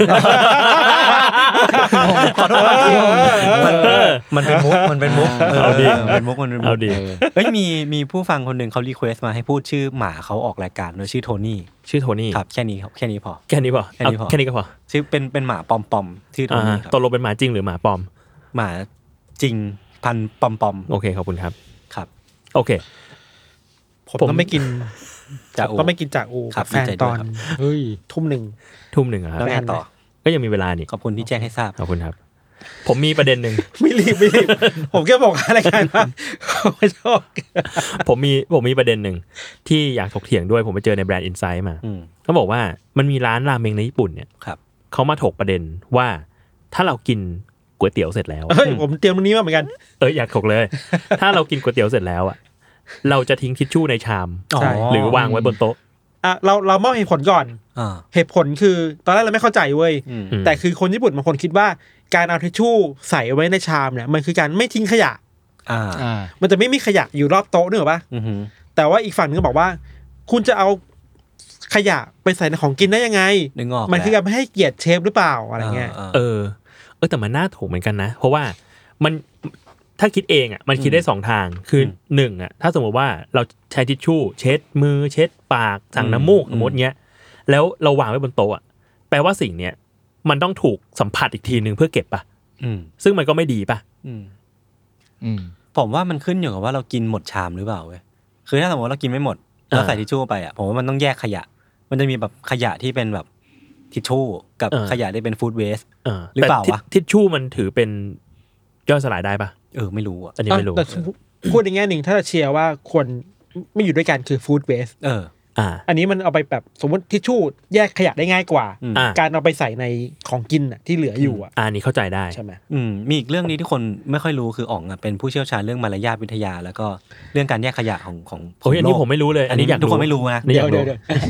Speaker 4: ขอโทษมันเป็นมุกมันเป็นมุก
Speaker 6: เอาดี
Speaker 4: เป็นมุกมันเป็นมุก
Speaker 6: เอาดี
Speaker 4: เฮ้ยมีมีผู้ฟังคนหนึ่งเขารีเควสต์มาให้พูดชื่อหมาเขาออกรายการโดยชื่อโทนี่
Speaker 6: ชื่อโทนี่
Speaker 4: ครับแค่นี้ครับแค่นี้พอ
Speaker 6: แค่นี้พอแค่นี้พอแค่นี้ก็พอ
Speaker 4: ชื่อเป็นเป็นหมาปอมปอมชื่อโทนี่ครับ
Speaker 6: ตกลงเป็นหมาจริงหรือหมาปลอม
Speaker 4: หมาจริงพันปอมปอม
Speaker 6: โอเคขอบคุณครับ
Speaker 4: ครับ
Speaker 6: โอเค
Speaker 5: ผมก็ไม่กินก็ไม่กินจากอูกับแฟนตอนเฮ้ยทุ่มหนึ่ง
Speaker 6: ทุ่มหนึ่งครับ
Speaker 4: แล้วไงต่อ
Speaker 6: ก็ยังมีเวลานี่
Speaker 4: ขอบคุณที่แจ้งให้ทราบ
Speaker 6: ขอบคุณครับผมมีประเด็นหนึ่ง
Speaker 5: ไม่รีบไม่รีบผมแค่บอกอะไรกันว่าไม่ชอบ
Speaker 6: ผมมีผมมีประเด็นหนึ่งที่อยากถกเถียงด้วยผมไปเจอในแบรนด์อินไซต์มาเขาบอกว่ามันมีร้านราเมงในญี่ปุ่นเนี่ยเขามาถกประเด็นว่าถ้าเรากินก๋วยเตี๋ยวเสร็จแล้ว
Speaker 5: เฮ้ยผมเตรียมตรงนี้มาเหมือนกัน
Speaker 6: เอออยากถกเลยถ้าเรากินก๋วยเตี๋ยวเสร็จแล้วอ่ะเราจะทิ้งทิชชู่ในชามหรือวางไว้บนโต๊ะ
Speaker 5: อ่ะเราเรามอบเหตุผลก่อนเหตุผลคือตอนแรกเราไม่เข้าใจเว้ยแต่คือคนญี่ปุ่นบางคนคิดว่าการเอาทิชชู่ใส่ไว้ในชามเนี่ยมันคือการไม่ทิ้งขยะอ่ามันจะไม่มีขยะอยู่รอบโต๊ะนึกออกป่ะแต่ว่าอีกฝั่งนึงก็บอกว่าคุณจะเอาขยะไปใส่ในของกินได้ยังไงมันคือการไม่ให้เกียรติเชฟหรือเปล่าอะไรเงี้ย
Speaker 6: เออเออแต่มันน่าถูกเหมือนกันนะเพราะว่ามันถ้าคิดเองอ่ะมันคิดได้สองทางคือหนึ่งอ่ะถ้าสมมติว่าเราใช้ทิชชู่เช็ดมือเช็ดปากสั่งน้ำมูกสมมติเงี้ยแล้วเราวางไว้บนโต๊ะอ่ะแปลว่าสิ่งเนี้ยมันต้องถูกสัมผัสอีกทีนึงเพื่อเก็บป่ะซึ่งมันก็ไม่ดีป่ะ
Speaker 4: ผมว่ามันขึ้นอยู่กับว่าเรากินหมดชามหรือเปล่าเว้ยคือถ้าสมมติเรากินไม่หมดแล้วใส่ทิชชู่ไปอ่ะผมว่ามันต้องแยกขยะมันจะมีแบบขยะที่เป็นแบบทิชชู่กับขยะที่เป็นฟู้ดเวสต์หรือเปล่าวะ
Speaker 6: ทิชชู่มันถือเป็นย่อยสลายได้ป่ะ
Speaker 4: เออไม่รู้อ่ะ
Speaker 6: อันนี้ไม่รู้
Speaker 5: แต่พูดในแง่หนึ่งถ้าจะเชียร์ว่าควรไม่อยู่ด้วยกันคือฟู้ดเวสต์
Speaker 4: เออ
Speaker 5: อ่าอันนี้มันเอาไปแบบสมมติทิชชู่แยกขยะได้ง่ายกว่าการเอาไปใส่ในของกินอ่ะที่เหลืออยู่อ่ะ
Speaker 6: อ่านี่เข้าใจได้
Speaker 5: ใช่ไหม
Speaker 4: อืมมีอีกเรื่องนี้ที่คนไม่ค่อยรู้คืออ๋องอ่ะเป็นผู้เชี่ยวชาญเรื่องมารยาทวิทยาแล้วก็เรื่องการแยกขยะของของ
Speaker 6: โอ้ยอันนี้ผมไม่รู้เลย
Speaker 4: อันนี้ทุกคนไม่รู้นะ
Speaker 6: เดี๋ยวเดี๋ยว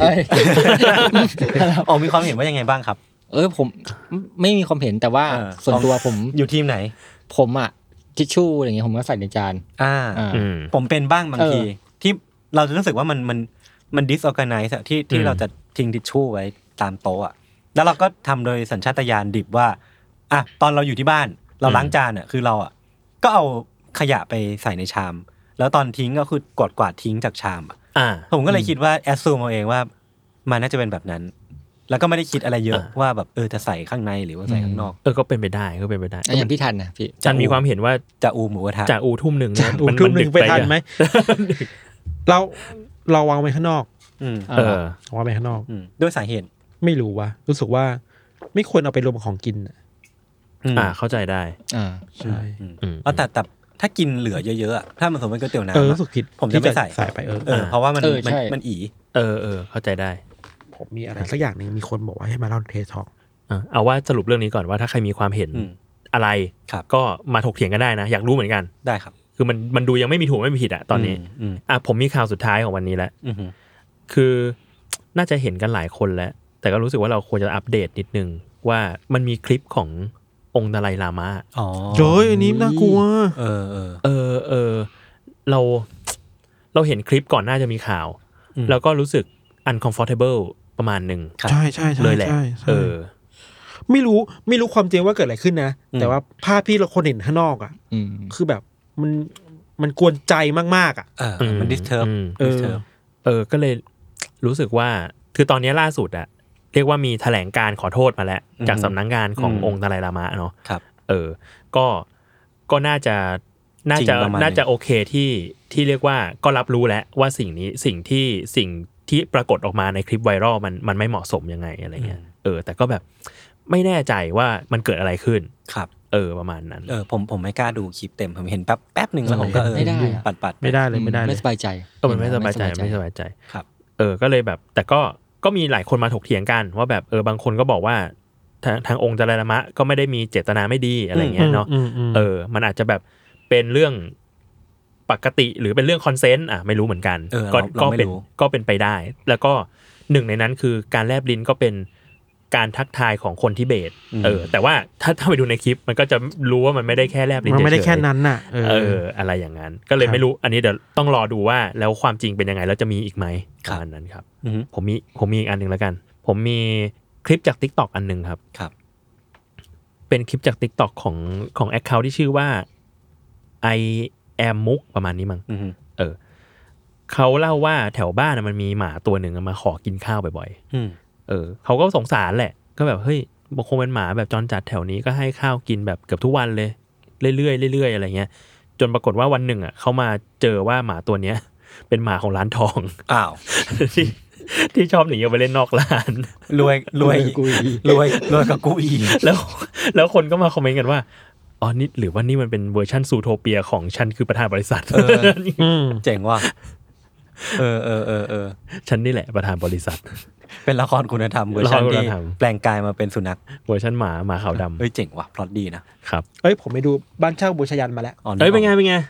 Speaker 4: อ๋องมีความเห็นว่ายังไงบ้างครับ
Speaker 7: เออผมไม่มีความเห็นแต่ว่าส่วนตัวผม
Speaker 4: อยู่ทีมไหน
Speaker 7: ผมอ่ะทิชชู่อะไรเงี้ยผมก็ใส่ในจาน
Speaker 4: อ่าผมเป็นบ้างบางทีที่เราจะรู้สึกว่ามันมันมันดิสออร์แกไนซ์ที่ที่เราจะทิ้งทิชชู่ไว้ตามโต๊ะอ่ะแล้วเราก็ทำโดยสัญชาตญาณดิบว่าอ่ะตอนเราอยู่ที่บ้านเราล้างจานอ่ะคือเราอ่ะก็เอาขยะไปใส่ในชามแล้วตอนทิ้งก็คือกวาดกวาดทิ้งจากชามอ่ะผมก็เลยคิดว่าแอสซูมเอาเองว่ามันน่าจะเป็นแบบนั้นแล้วก็ไม่ได้คิดอะไรเยอะว่าแบบเออจะใส่ข้างในหรือว่าใส่ข้างนอก
Speaker 6: เออก็เป็นไปได้ก็เป็นไปได้
Speaker 7: อย่างพี่ทันนะพี่
Speaker 6: จันมีความเห็นว่า
Speaker 4: จะอูหมูกระทะ
Speaker 6: จะอูทุ่มหนึ่ง
Speaker 5: มันทุ่มหนึ่งไปทันไหมเราเราวางไว้ข้างนอก
Speaker 6: เออ
Speaker 5: วางไว้ข้างนอก
Speaker 4: ด้วยสาเหตุ
Speaker 5: ไม่รู้ว่ารู้สึกว่าไม่ควรเอาไปรวมของกิน
Speaker 6: อ่าเข้าใจได้
Speaker 5: อ่าใช่
Speaker 4: อ๋อแต่แต่ถ้ากินเหลือเยอะๆถ้ามันสมมติก๋วยเตี๋ยวน้ำ
Speaker 5: เออรู้สึกผิด
Speaker 4: ผมจะไม่ใส่
Speaker 5: ใส่ไปเออ
Speaker 4: เพราะว่ามันมันอี
Speaker 6: เออเออเข้าใจได้
Speaker 5: ผมมีอะไรสักอย่างนึงมีคนบอกว่าให้มาเล่าเทสทอล์ก
Speaker 6: เอาว่าสรุปเรื่องนี้ก่อนว่าถ้าใครมีความเห็นอะไรก็มาถกเถียงกันได้นะอยากรู้เหมือนกัน
Speaker 4: ได้ครับ
Speaker 6: คือมันมันดูยังไม่มีถูกไม่มีผิดอะตอนนี้อ่ะผมมีข่าวสุดท้ายของวันนี้แล้วคือน่าจะเห็นกันหลายคนแล้วแต่ก็รู้สึกว่าเราควรจะอัปเดตนิดนึงว่ามันมีคลิปขององค์ดาไลลามะ
Speaker 5: อ๋อเฮ้ยอันนี้น่ากลัว
Speaker 6: เออเออเออเออเราเราเห็นคลิปก่อนหน้าจะมีข่าวแล้วก็รู้สึก uncomfortable ประมาณหนึ่ง
Speaker 5: ใช่ใช่ใช่
Speaker 6: เลยแหละเออ
Speaker 5: ไม่รู้ไม่รู้ความจริงว่าเกิดอะไรขึ้นนะแต่ว่าภาพที่เราคนเห็นข้างนอกอ่ะคือแบบมันมันกวนใจมากๆอ่ะ
Speaker 4: เออมันดิสเทิร์บ
Speaker 5: เออ
Speaker 6: เออก็เลยรู้สึกว่าคือตอนนี้ล่าสุดอะเรียกว่ามีแถลงการขอโทษมาแล้วจากสำนักงานขององค์ดาไลลามะเนาะ
Speaker 4: ครับ
Speaker 6: เออก็ก็น่าจะน่าจะน่าจะโอเคที่ที่เรียกว่าก็รับรู้แล้วว่าสิ่งนี้สิ่งที่สิ่งที่ปรากฏออกมาในคลิปไวรัลมันมันไม่เหมาะสมยังไงอะไรเงี้ยเออแต่ก็แบบไม่แน่ใจว่ามันเกิดอะไรขึ้น
Speaker 4: ครับ
Speaker 6: เออประมาณนั้น
Speaker 4: เออผมผมไม่กล้าดูคลิปเต็มผมเห็นแป๊บแป๊บนึงแล้วผมก็เออปัดปัด
Speaker 5: ไม่ได้เลยไม่ได้เลย
Speaker 7: ไม่สบายใจ
Speaker 6: เออมันไม่สบายใจไม่สบายใจ
Speaker 4: ครับ
Speaker 6: เออก็เลยแบบแต่ก็ก็มีหลายคนมาถกเถียงกันว่าแบบเออบางคนก็บอกว่าทางทางองค์ดาไลลามะก็ไม่ได้มีเจตนาไม่ดีอะไรเงี้ยเนาะเออมันอาจจะแบบเป็นเรื่องปกติหรือเป็นเรื่องคอนเซนต์อ่ะไม่รู้เหมือนกันก็ก็เป็นก็เป็นไปได้แล้วก็หนึ่งในนั้นคือการแลบลิ้นก็เป็นการทักทายของคนทิเบตเออแต่ว่าถ้าถ้าไปดูในคลิปมันก็จะรู้ว่ามันไม่ได้แค่แลบลิ้นเฉยๆ
Speaker 5: มันไม่ได้แค่นั้นน่ะ
Speaker 6: เอออะไรอย่างนั้นก็เลยไม่รู้อันนี้เดี๋ยวต้องรอดูว่าแล้วความจริงเป็นยังไงแล้วจะมีอีกไหมประมาณนั้นครับผมมีผมมีอีกอันนึงแล้วกันผมมีคลิปจาก TikTok อันนึงครับ
Speaker 4: ครับ
Speaker 6: เป็นคลิปจาก TikTok ของของ account ที่ชื่อว่า I am มุกประมาณนี้มั้งเออเขาเล่าว่าแถวบ้านมันมีหมาตัวหนึ่งมาขอกินข้าวบ่อยๆเออเขาก็สงสารแหละก็แบบเฮ้ยบางคงเป็นหมาแบบจรจัดแถวนี้ก็ให้ข้าวกินแบบเกือบทุกวันเลยเรื่อยๆเรื่อยๆอะไรเงี้ยจนปรากฏว่าวันหนึ่งอ่ะเขามาเจอว่าหมาตัวเนี้ยเป็นหมาของร้านทอง
Speaker 4: อ้าว
Speaker 6: ที่ที่ชอบหนีออกไปเล่นนอกร้าน
Speaker 4: รวยรวยรวยรวยกับกูอี
Speaker 6: แล้วแล้วคนก็มาคอมเมนต์กันว่าอ๋อนี่หรือว่านี่มันเป็นเวอร์ชั่นซูโทเปียของฉันคือประธานบริษัท
Speaker 4: เจ๋งว่ะเออเออเออเออ
Speaker 6: ฉันนี่แหละประธานบริษัท
Speaker 4: เป็นละครคุณธรรมเวอร์ชันที่แปลงกายมาเป็นสุนัข
Speaker 6: เวอร์ชันหมาหมาขาวดำ
Speaker 4: เฮ้ยเจ๋งว่ะพล็อตดี
Speaker 6: นะครับ
Speaker 5: เอ้ยผมไปดูบ้านเช่าบูชยันมาแล้ว
Speaker 6: เอ้ยเป็นไงเป็นไง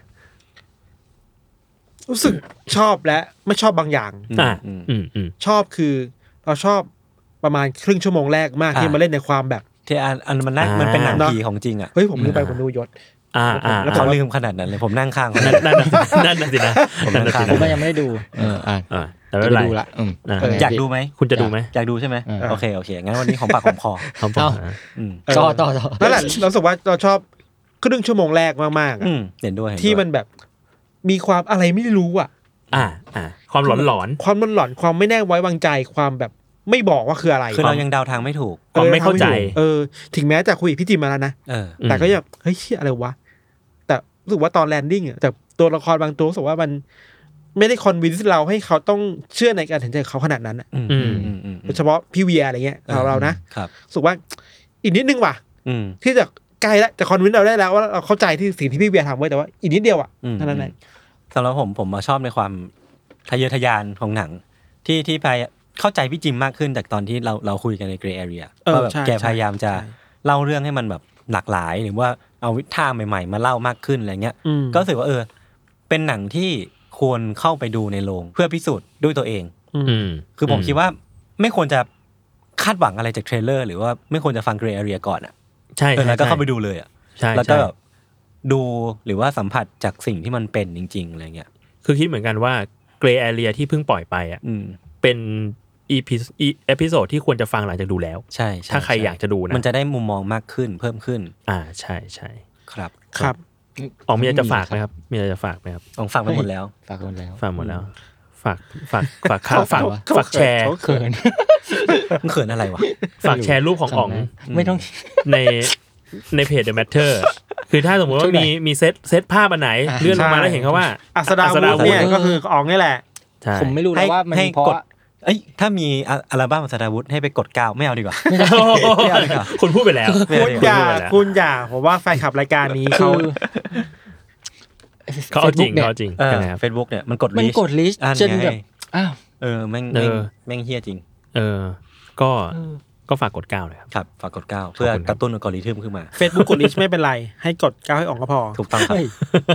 Speaker 5: รู้สึกชอบและไม่ชอบบางอย่าง
Speaker 6: อ่าอืมอืม
Speaker 5: ชอบคือเราชอบประมาณครึ่งชั่วโมงแรกมากที่มาเล่นในความแบบ
Speaker 4: ที่อันอันมันนั่งมันเป็นหนังผีของจริงอ่ะ
Speaker 5: เฮ้ยผมลืมไปผมดูยศ
Speaker 6: อ่าอ่า
Speaker 4: เขาลืมขนาดนั้นเลยผมนั่งข้างเขา
Speaker 6: นั่นนั่นนั่นสินะ
Speaker 7: ผมนั่งข้างผมยังไม่ได้ดูเอออ่า
Speaker 6: แต่ไม่เป็นไร
Speaker 7: ดูละ
Speaker 4: อยากดูไหม
Speaker 6: คุณจะดูไหม
Speaker 4: อยากดูใช่ไหมโอเคโอเคงั้นวันนี้ของปากของคอ
Speaker 6: ของปาก
Speaker 7: ต่อต่อต่อ
Speaker 5: นั่นแหละเราสึกว่าเราชอบครึ่งชั่วโมงแรกมาก
Speaker 4: ๆเห็นด้วย
Speaker 5: ที่มันแบบมีความอะไรไม่รู้อ่ะ
Speaker 6: อ่าอ่าความหลอนหลอน
Speaker 5: ความมันหลอนความไม่แน่ไว้วางใจความแบบไม่บอกว่าคืออะไร
Speaker 4: คือเรายังเดาทางไม่ถูก
Speaker 6: ความไม่เข้าใจ
Speaker 5: เออถึงแม้จะคุยกับพี่จิมมาแล้วนะแต่ก็ยังเฮ้ยเชี่ยอะไรวะแต่รู้สึกว่าตอนแลนดิ้งอ่ะแต่ตัวละครบางตัวรู้สึกว่ามันไม่ได้คอนวินส์เราให้เขาต้องเชื่อในการตัดสินใจเขาขนาดนั้นอ่ะโดยเฉพาะพี่เวียอะไรเงี้ยเราเรานะรู้สึกว่าอีกนิดนึงว่ะที่จะใกล้แล้วจะคอนวินส์เราได้แล้วว่าเราเข้าใจที่สิ่งที่พี่เวียทำไว้แต่ว่าอีกนิดเดียวอ่ะเท่านั้นเอง
Speaker 4: สำหรับผมผมมาชอบในความทะเยอทะยานของหนังที่ที่พยเข้าใจพี่จิมมากขึ้นจากตอนที่เราเราคุยกันใน Gray Area ว่าแบบแกพยายามจะเล่าเรื่องให้มันแบบหลากหลายหรือว่าเอาวิธีใหม่ๆมาเล่ามากขึ้นอะไรเงี้ยก็รู้สึกว่าเออเป็นหนังที่ควรเข้าไปดูในโรงเพื่อพิสูจน์ด้วยตัวเองคือผมคิดว่าไม่ควรจะคาดหวังอะไรจากเทรลเลอร์หรือว่าไม่ควรจะฟัง Gray Area ก่อนอ่ะ
Speaker 6: ใช่
Speaker 4: แล้วก็เข้าไปดูเลยอ่ะแล้วก็แบบดูหรือว่าสัมผัสจากสิ่งที่มันเป็นจริงๆอะไรเงี้ย
Speaker 6: คือคิดเหมือนกันว่า Gray Area ที่เพิ่งปล่อยไปอ่ะเป็นอีพีเอพิโซดที่ควรจะฟังหลังจากดูแล้ว
Speaker 4: ใช่
Speaker 6: ถ้าใครอยากจะดูนะ
Speaker 4: มันจะได้มุมมองมากขึ้นเพิ่มขึ้น
Speaker 6: อ่าใช่ใช่
Speaker 4: ครับ
Speaker 5: ครับ
Speaker 6: อ๋อมีอะไรจะฝากไหมครับมีอะไรจะฝากไหมครับ
Speaker 4: อ๋อฝากไปหมดแล้ว
Speaker 7: ฝากหมดแล้ว
Speaker 6: ฝากหมดแล้วฝากฝากฝากข่าวฝากฝากแชร์
Speaker 7: เขิน
Speaker 4: มันเขินอะไรวะ
Speaker 6: ฝากแชร์รูปของอ๋อง
Speaker 7: ไม่ต้อง
Speaker 6: ในในเพจ The Matter คือถ้าสมมติว่ามีมีเซตเซตภาพอันไหนเลื่อนลงมาแล้วเห็นเขาว่า
Speaker 5: อัสดาวุธเนี่ยก็คืออ๋องนี่แหละ
Speaker 7: ผมไม่รู้นะว่ามันเพราะ
Speaker 4: เอ้ยถ้ามีอัลบั้มอัสดาวุธให้ไปกดเก้าไม่เอาดีกว่า
Speaker 6: ไม่เอาดีกว่าคุณพูดไปแล้ว
Speaker 5: คุณอย่าคุณอย่าผมว่าแฟนคลับรายการนี้เขา
Speaker 6: เขาเอาจริงเขาจริง
Speaker 4: เฟซบุ๊กเนี่ยมันกดลิสต์
Speaker 7: มันกดลิสต์จนแบบอ้าว
Speaker 4: เออแม่งแม่งเฮี้ยจริง
Speaker 6: เออก็ก็ฝากกดเก้าเลยครับ
Speaker 4: ครับฝากกดเก้าเพื่อกระตุ้นอัลกอริทึมขึ้นมา
Speaker 5: Facebook กดลิสต์ไม่เป็นไรให้กดเก้าให้ออกก็พอ
Speaker 4: ถูกต้องครับ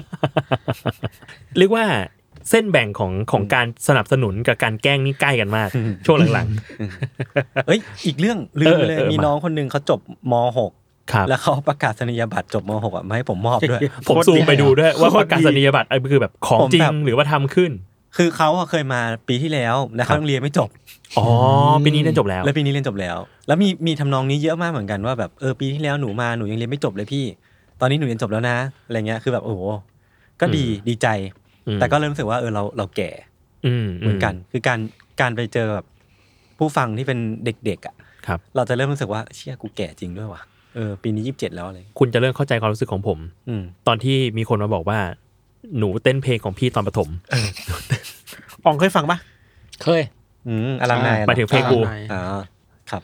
Speaker 6: เรียกว่าเส้นแบ่งของของการสนับสนุนกับการแกล้งนี่ใกล้กันมากช่วงหลัง
Speaker 4: ๆเอ้ยอีกเรื่องลืมไปเลยมีน้องคนนึงเขาจบม.หก แล้วเขาประกาศนียบัตรจบม.หก อ่ะมาให้ผมมอบด้วย
Speaker 6: ผมซูมไปดูด้วยว่าประกาศนียบัตรคือแบบของจริงหรือว่าทำขึ้น
Speaker 4: คือเขาเคยมาปีที่แล้วแล้วเขาเรียนไม่จบ
Speaker 6: อ๋อปีนี้เรียนจบแล้ว
Speaker 4: แล้วปีนี้เรียนจบแล้วแล้วมีมีทำนองนี้เยอะมากเหมือนกันว่าแบบเออปีที่แล้วหนูมาหนูยังเรียนไม่จบเลยพี่ตอนนี้หนูเรียนจบแล้วนะอะไรเงี้ยคือแบบโอ้โหก็ดีดีใจแต่ก็เริ่มรู้สึกว่าเออเราเราแก่เหมือนกันคือการการไปเจอแบบผู้ฟังที่เป็นเด็กๆอ่ะเราจะเริ่มรู้สึกว่าเชี่ยกูแก่จริงด้วยว่ะเออปีนี้ยี่สิบเจ็ดแล้วอะไร
Speaker 6: คุณจะเริ่มเข้าใจความรู้สึกของผมตอนที่มีคนมาบอกว่าหนูเต้นเพลงของพี่ตอนประถม
Speaker 5: อ๋องเคยฟังปะ
Speaker 7: เคย
Speaker 4: อืมอลังนาย
Speaker 6: หมายถึงเพลงกู
Speaker 4: อ๋อครับ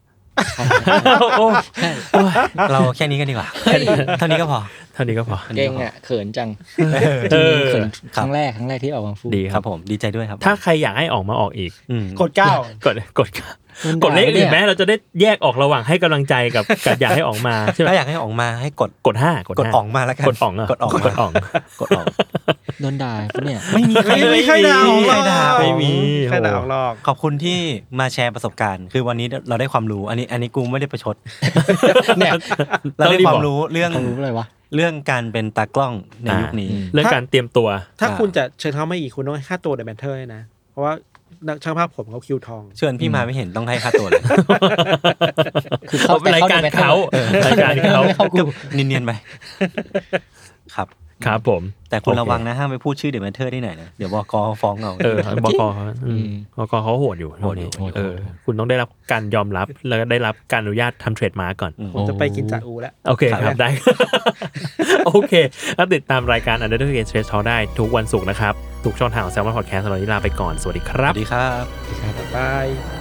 Speaker 4: เราแค่นี้กันดีกว่าเท่านี้ก็พอ
Speaker 6: เท่านี้ก็พอ
Speaker 7: เก่งอ่ะเขินจังเขินครั้งแรกครั้งแรกที่ออกมาพูด
Speaker 6: ดี
Speaker 4: ครับผมดีใจด้วยครับ
Speaker 6: ถ้าใครอยากให้ออกมาออกอีก
Speaker 5: กดเก้าก
Speaker 6: ดกดกดเลขอื่นไหมเราจะได้แยกออกระหว่างให้กำลังใจกับกับอยากให้ออกมาใช่ไหม
Speaker 4: ถ้าอยากให้ออกมาให้กด
Speaker 6: กดห้าก
Speaker 4: ดออกมาแล้วกัน
Speaker 6: กดออก
Speaker 4: กดออก
Speaker 6: กดออก
Speaker 4: กดออก
Speaker 7: โดนด่าเนี่ย
Speaker 4: ไม่มีใคร
Speaker 5: ไม่มีใครด่า
Speaker 4: ใครด่า
Speaker 6: ไม่มี
Speaker 5: ใครด่าหรอก
Speaker 4: ขอบคุณที่มาแชร์ประสบการณ์คือวันนี้เราได้ความรู้อันนี้อันนี้กูไม่ได้ประชดเนี่ยเราได้ความรู้เรื่อง
Speaker 7: รู้อะไรวะ
Speaker 4: เรื่องการเป็นตากล้องในยุคนี้
Speaker 6: เรื่องการเตรียมตัว
Speaker 5: ถ้าคุณจะเชิญเขามาอีกคุณต้องให้ค่าตัวเดอะแมนเทอร์นะเพราะว่าช่างภาพผมเขาคิวทอง
Speaker 4: เชิญพี่มาไม่เห็นต้องให้ค่าตัวเลย
Speaker 6: คือเขาเป็นรายการเขารายการเขา
Speaker 4: เนียนๆไปครับ
Speaker 6: ครับผม
Speaker 4: แต่คุณระวังนะห้ามไปพูดชื่อเดอะแมนเทอร์ที่ไหนนะเดี๋ยวบก.ฟ้องเอา
Speaker 6: เออบก.บก.เขาโหดอยู่โหดอยู่เออคุณต้องได้รับการยอมรับแล้วก็ได้รับการอนุญาตทำเทรดมาร์กก่อน
Speaker 5: ผมจะไปกินจ่าอูแล้ว
Speaker 6: โอเคครับได้โอเคแล้วติดตามรายการ Under the Skin Stress Talk ได้ทุกวันศุกร์นะครับทุกช่องทางของ Salmon Podcast สำหรับวันนี้ลาไปก่อนสวัสดีครับ
Speaker 4: สวัสดีครับ
Speaker 5: บ๊ายบาย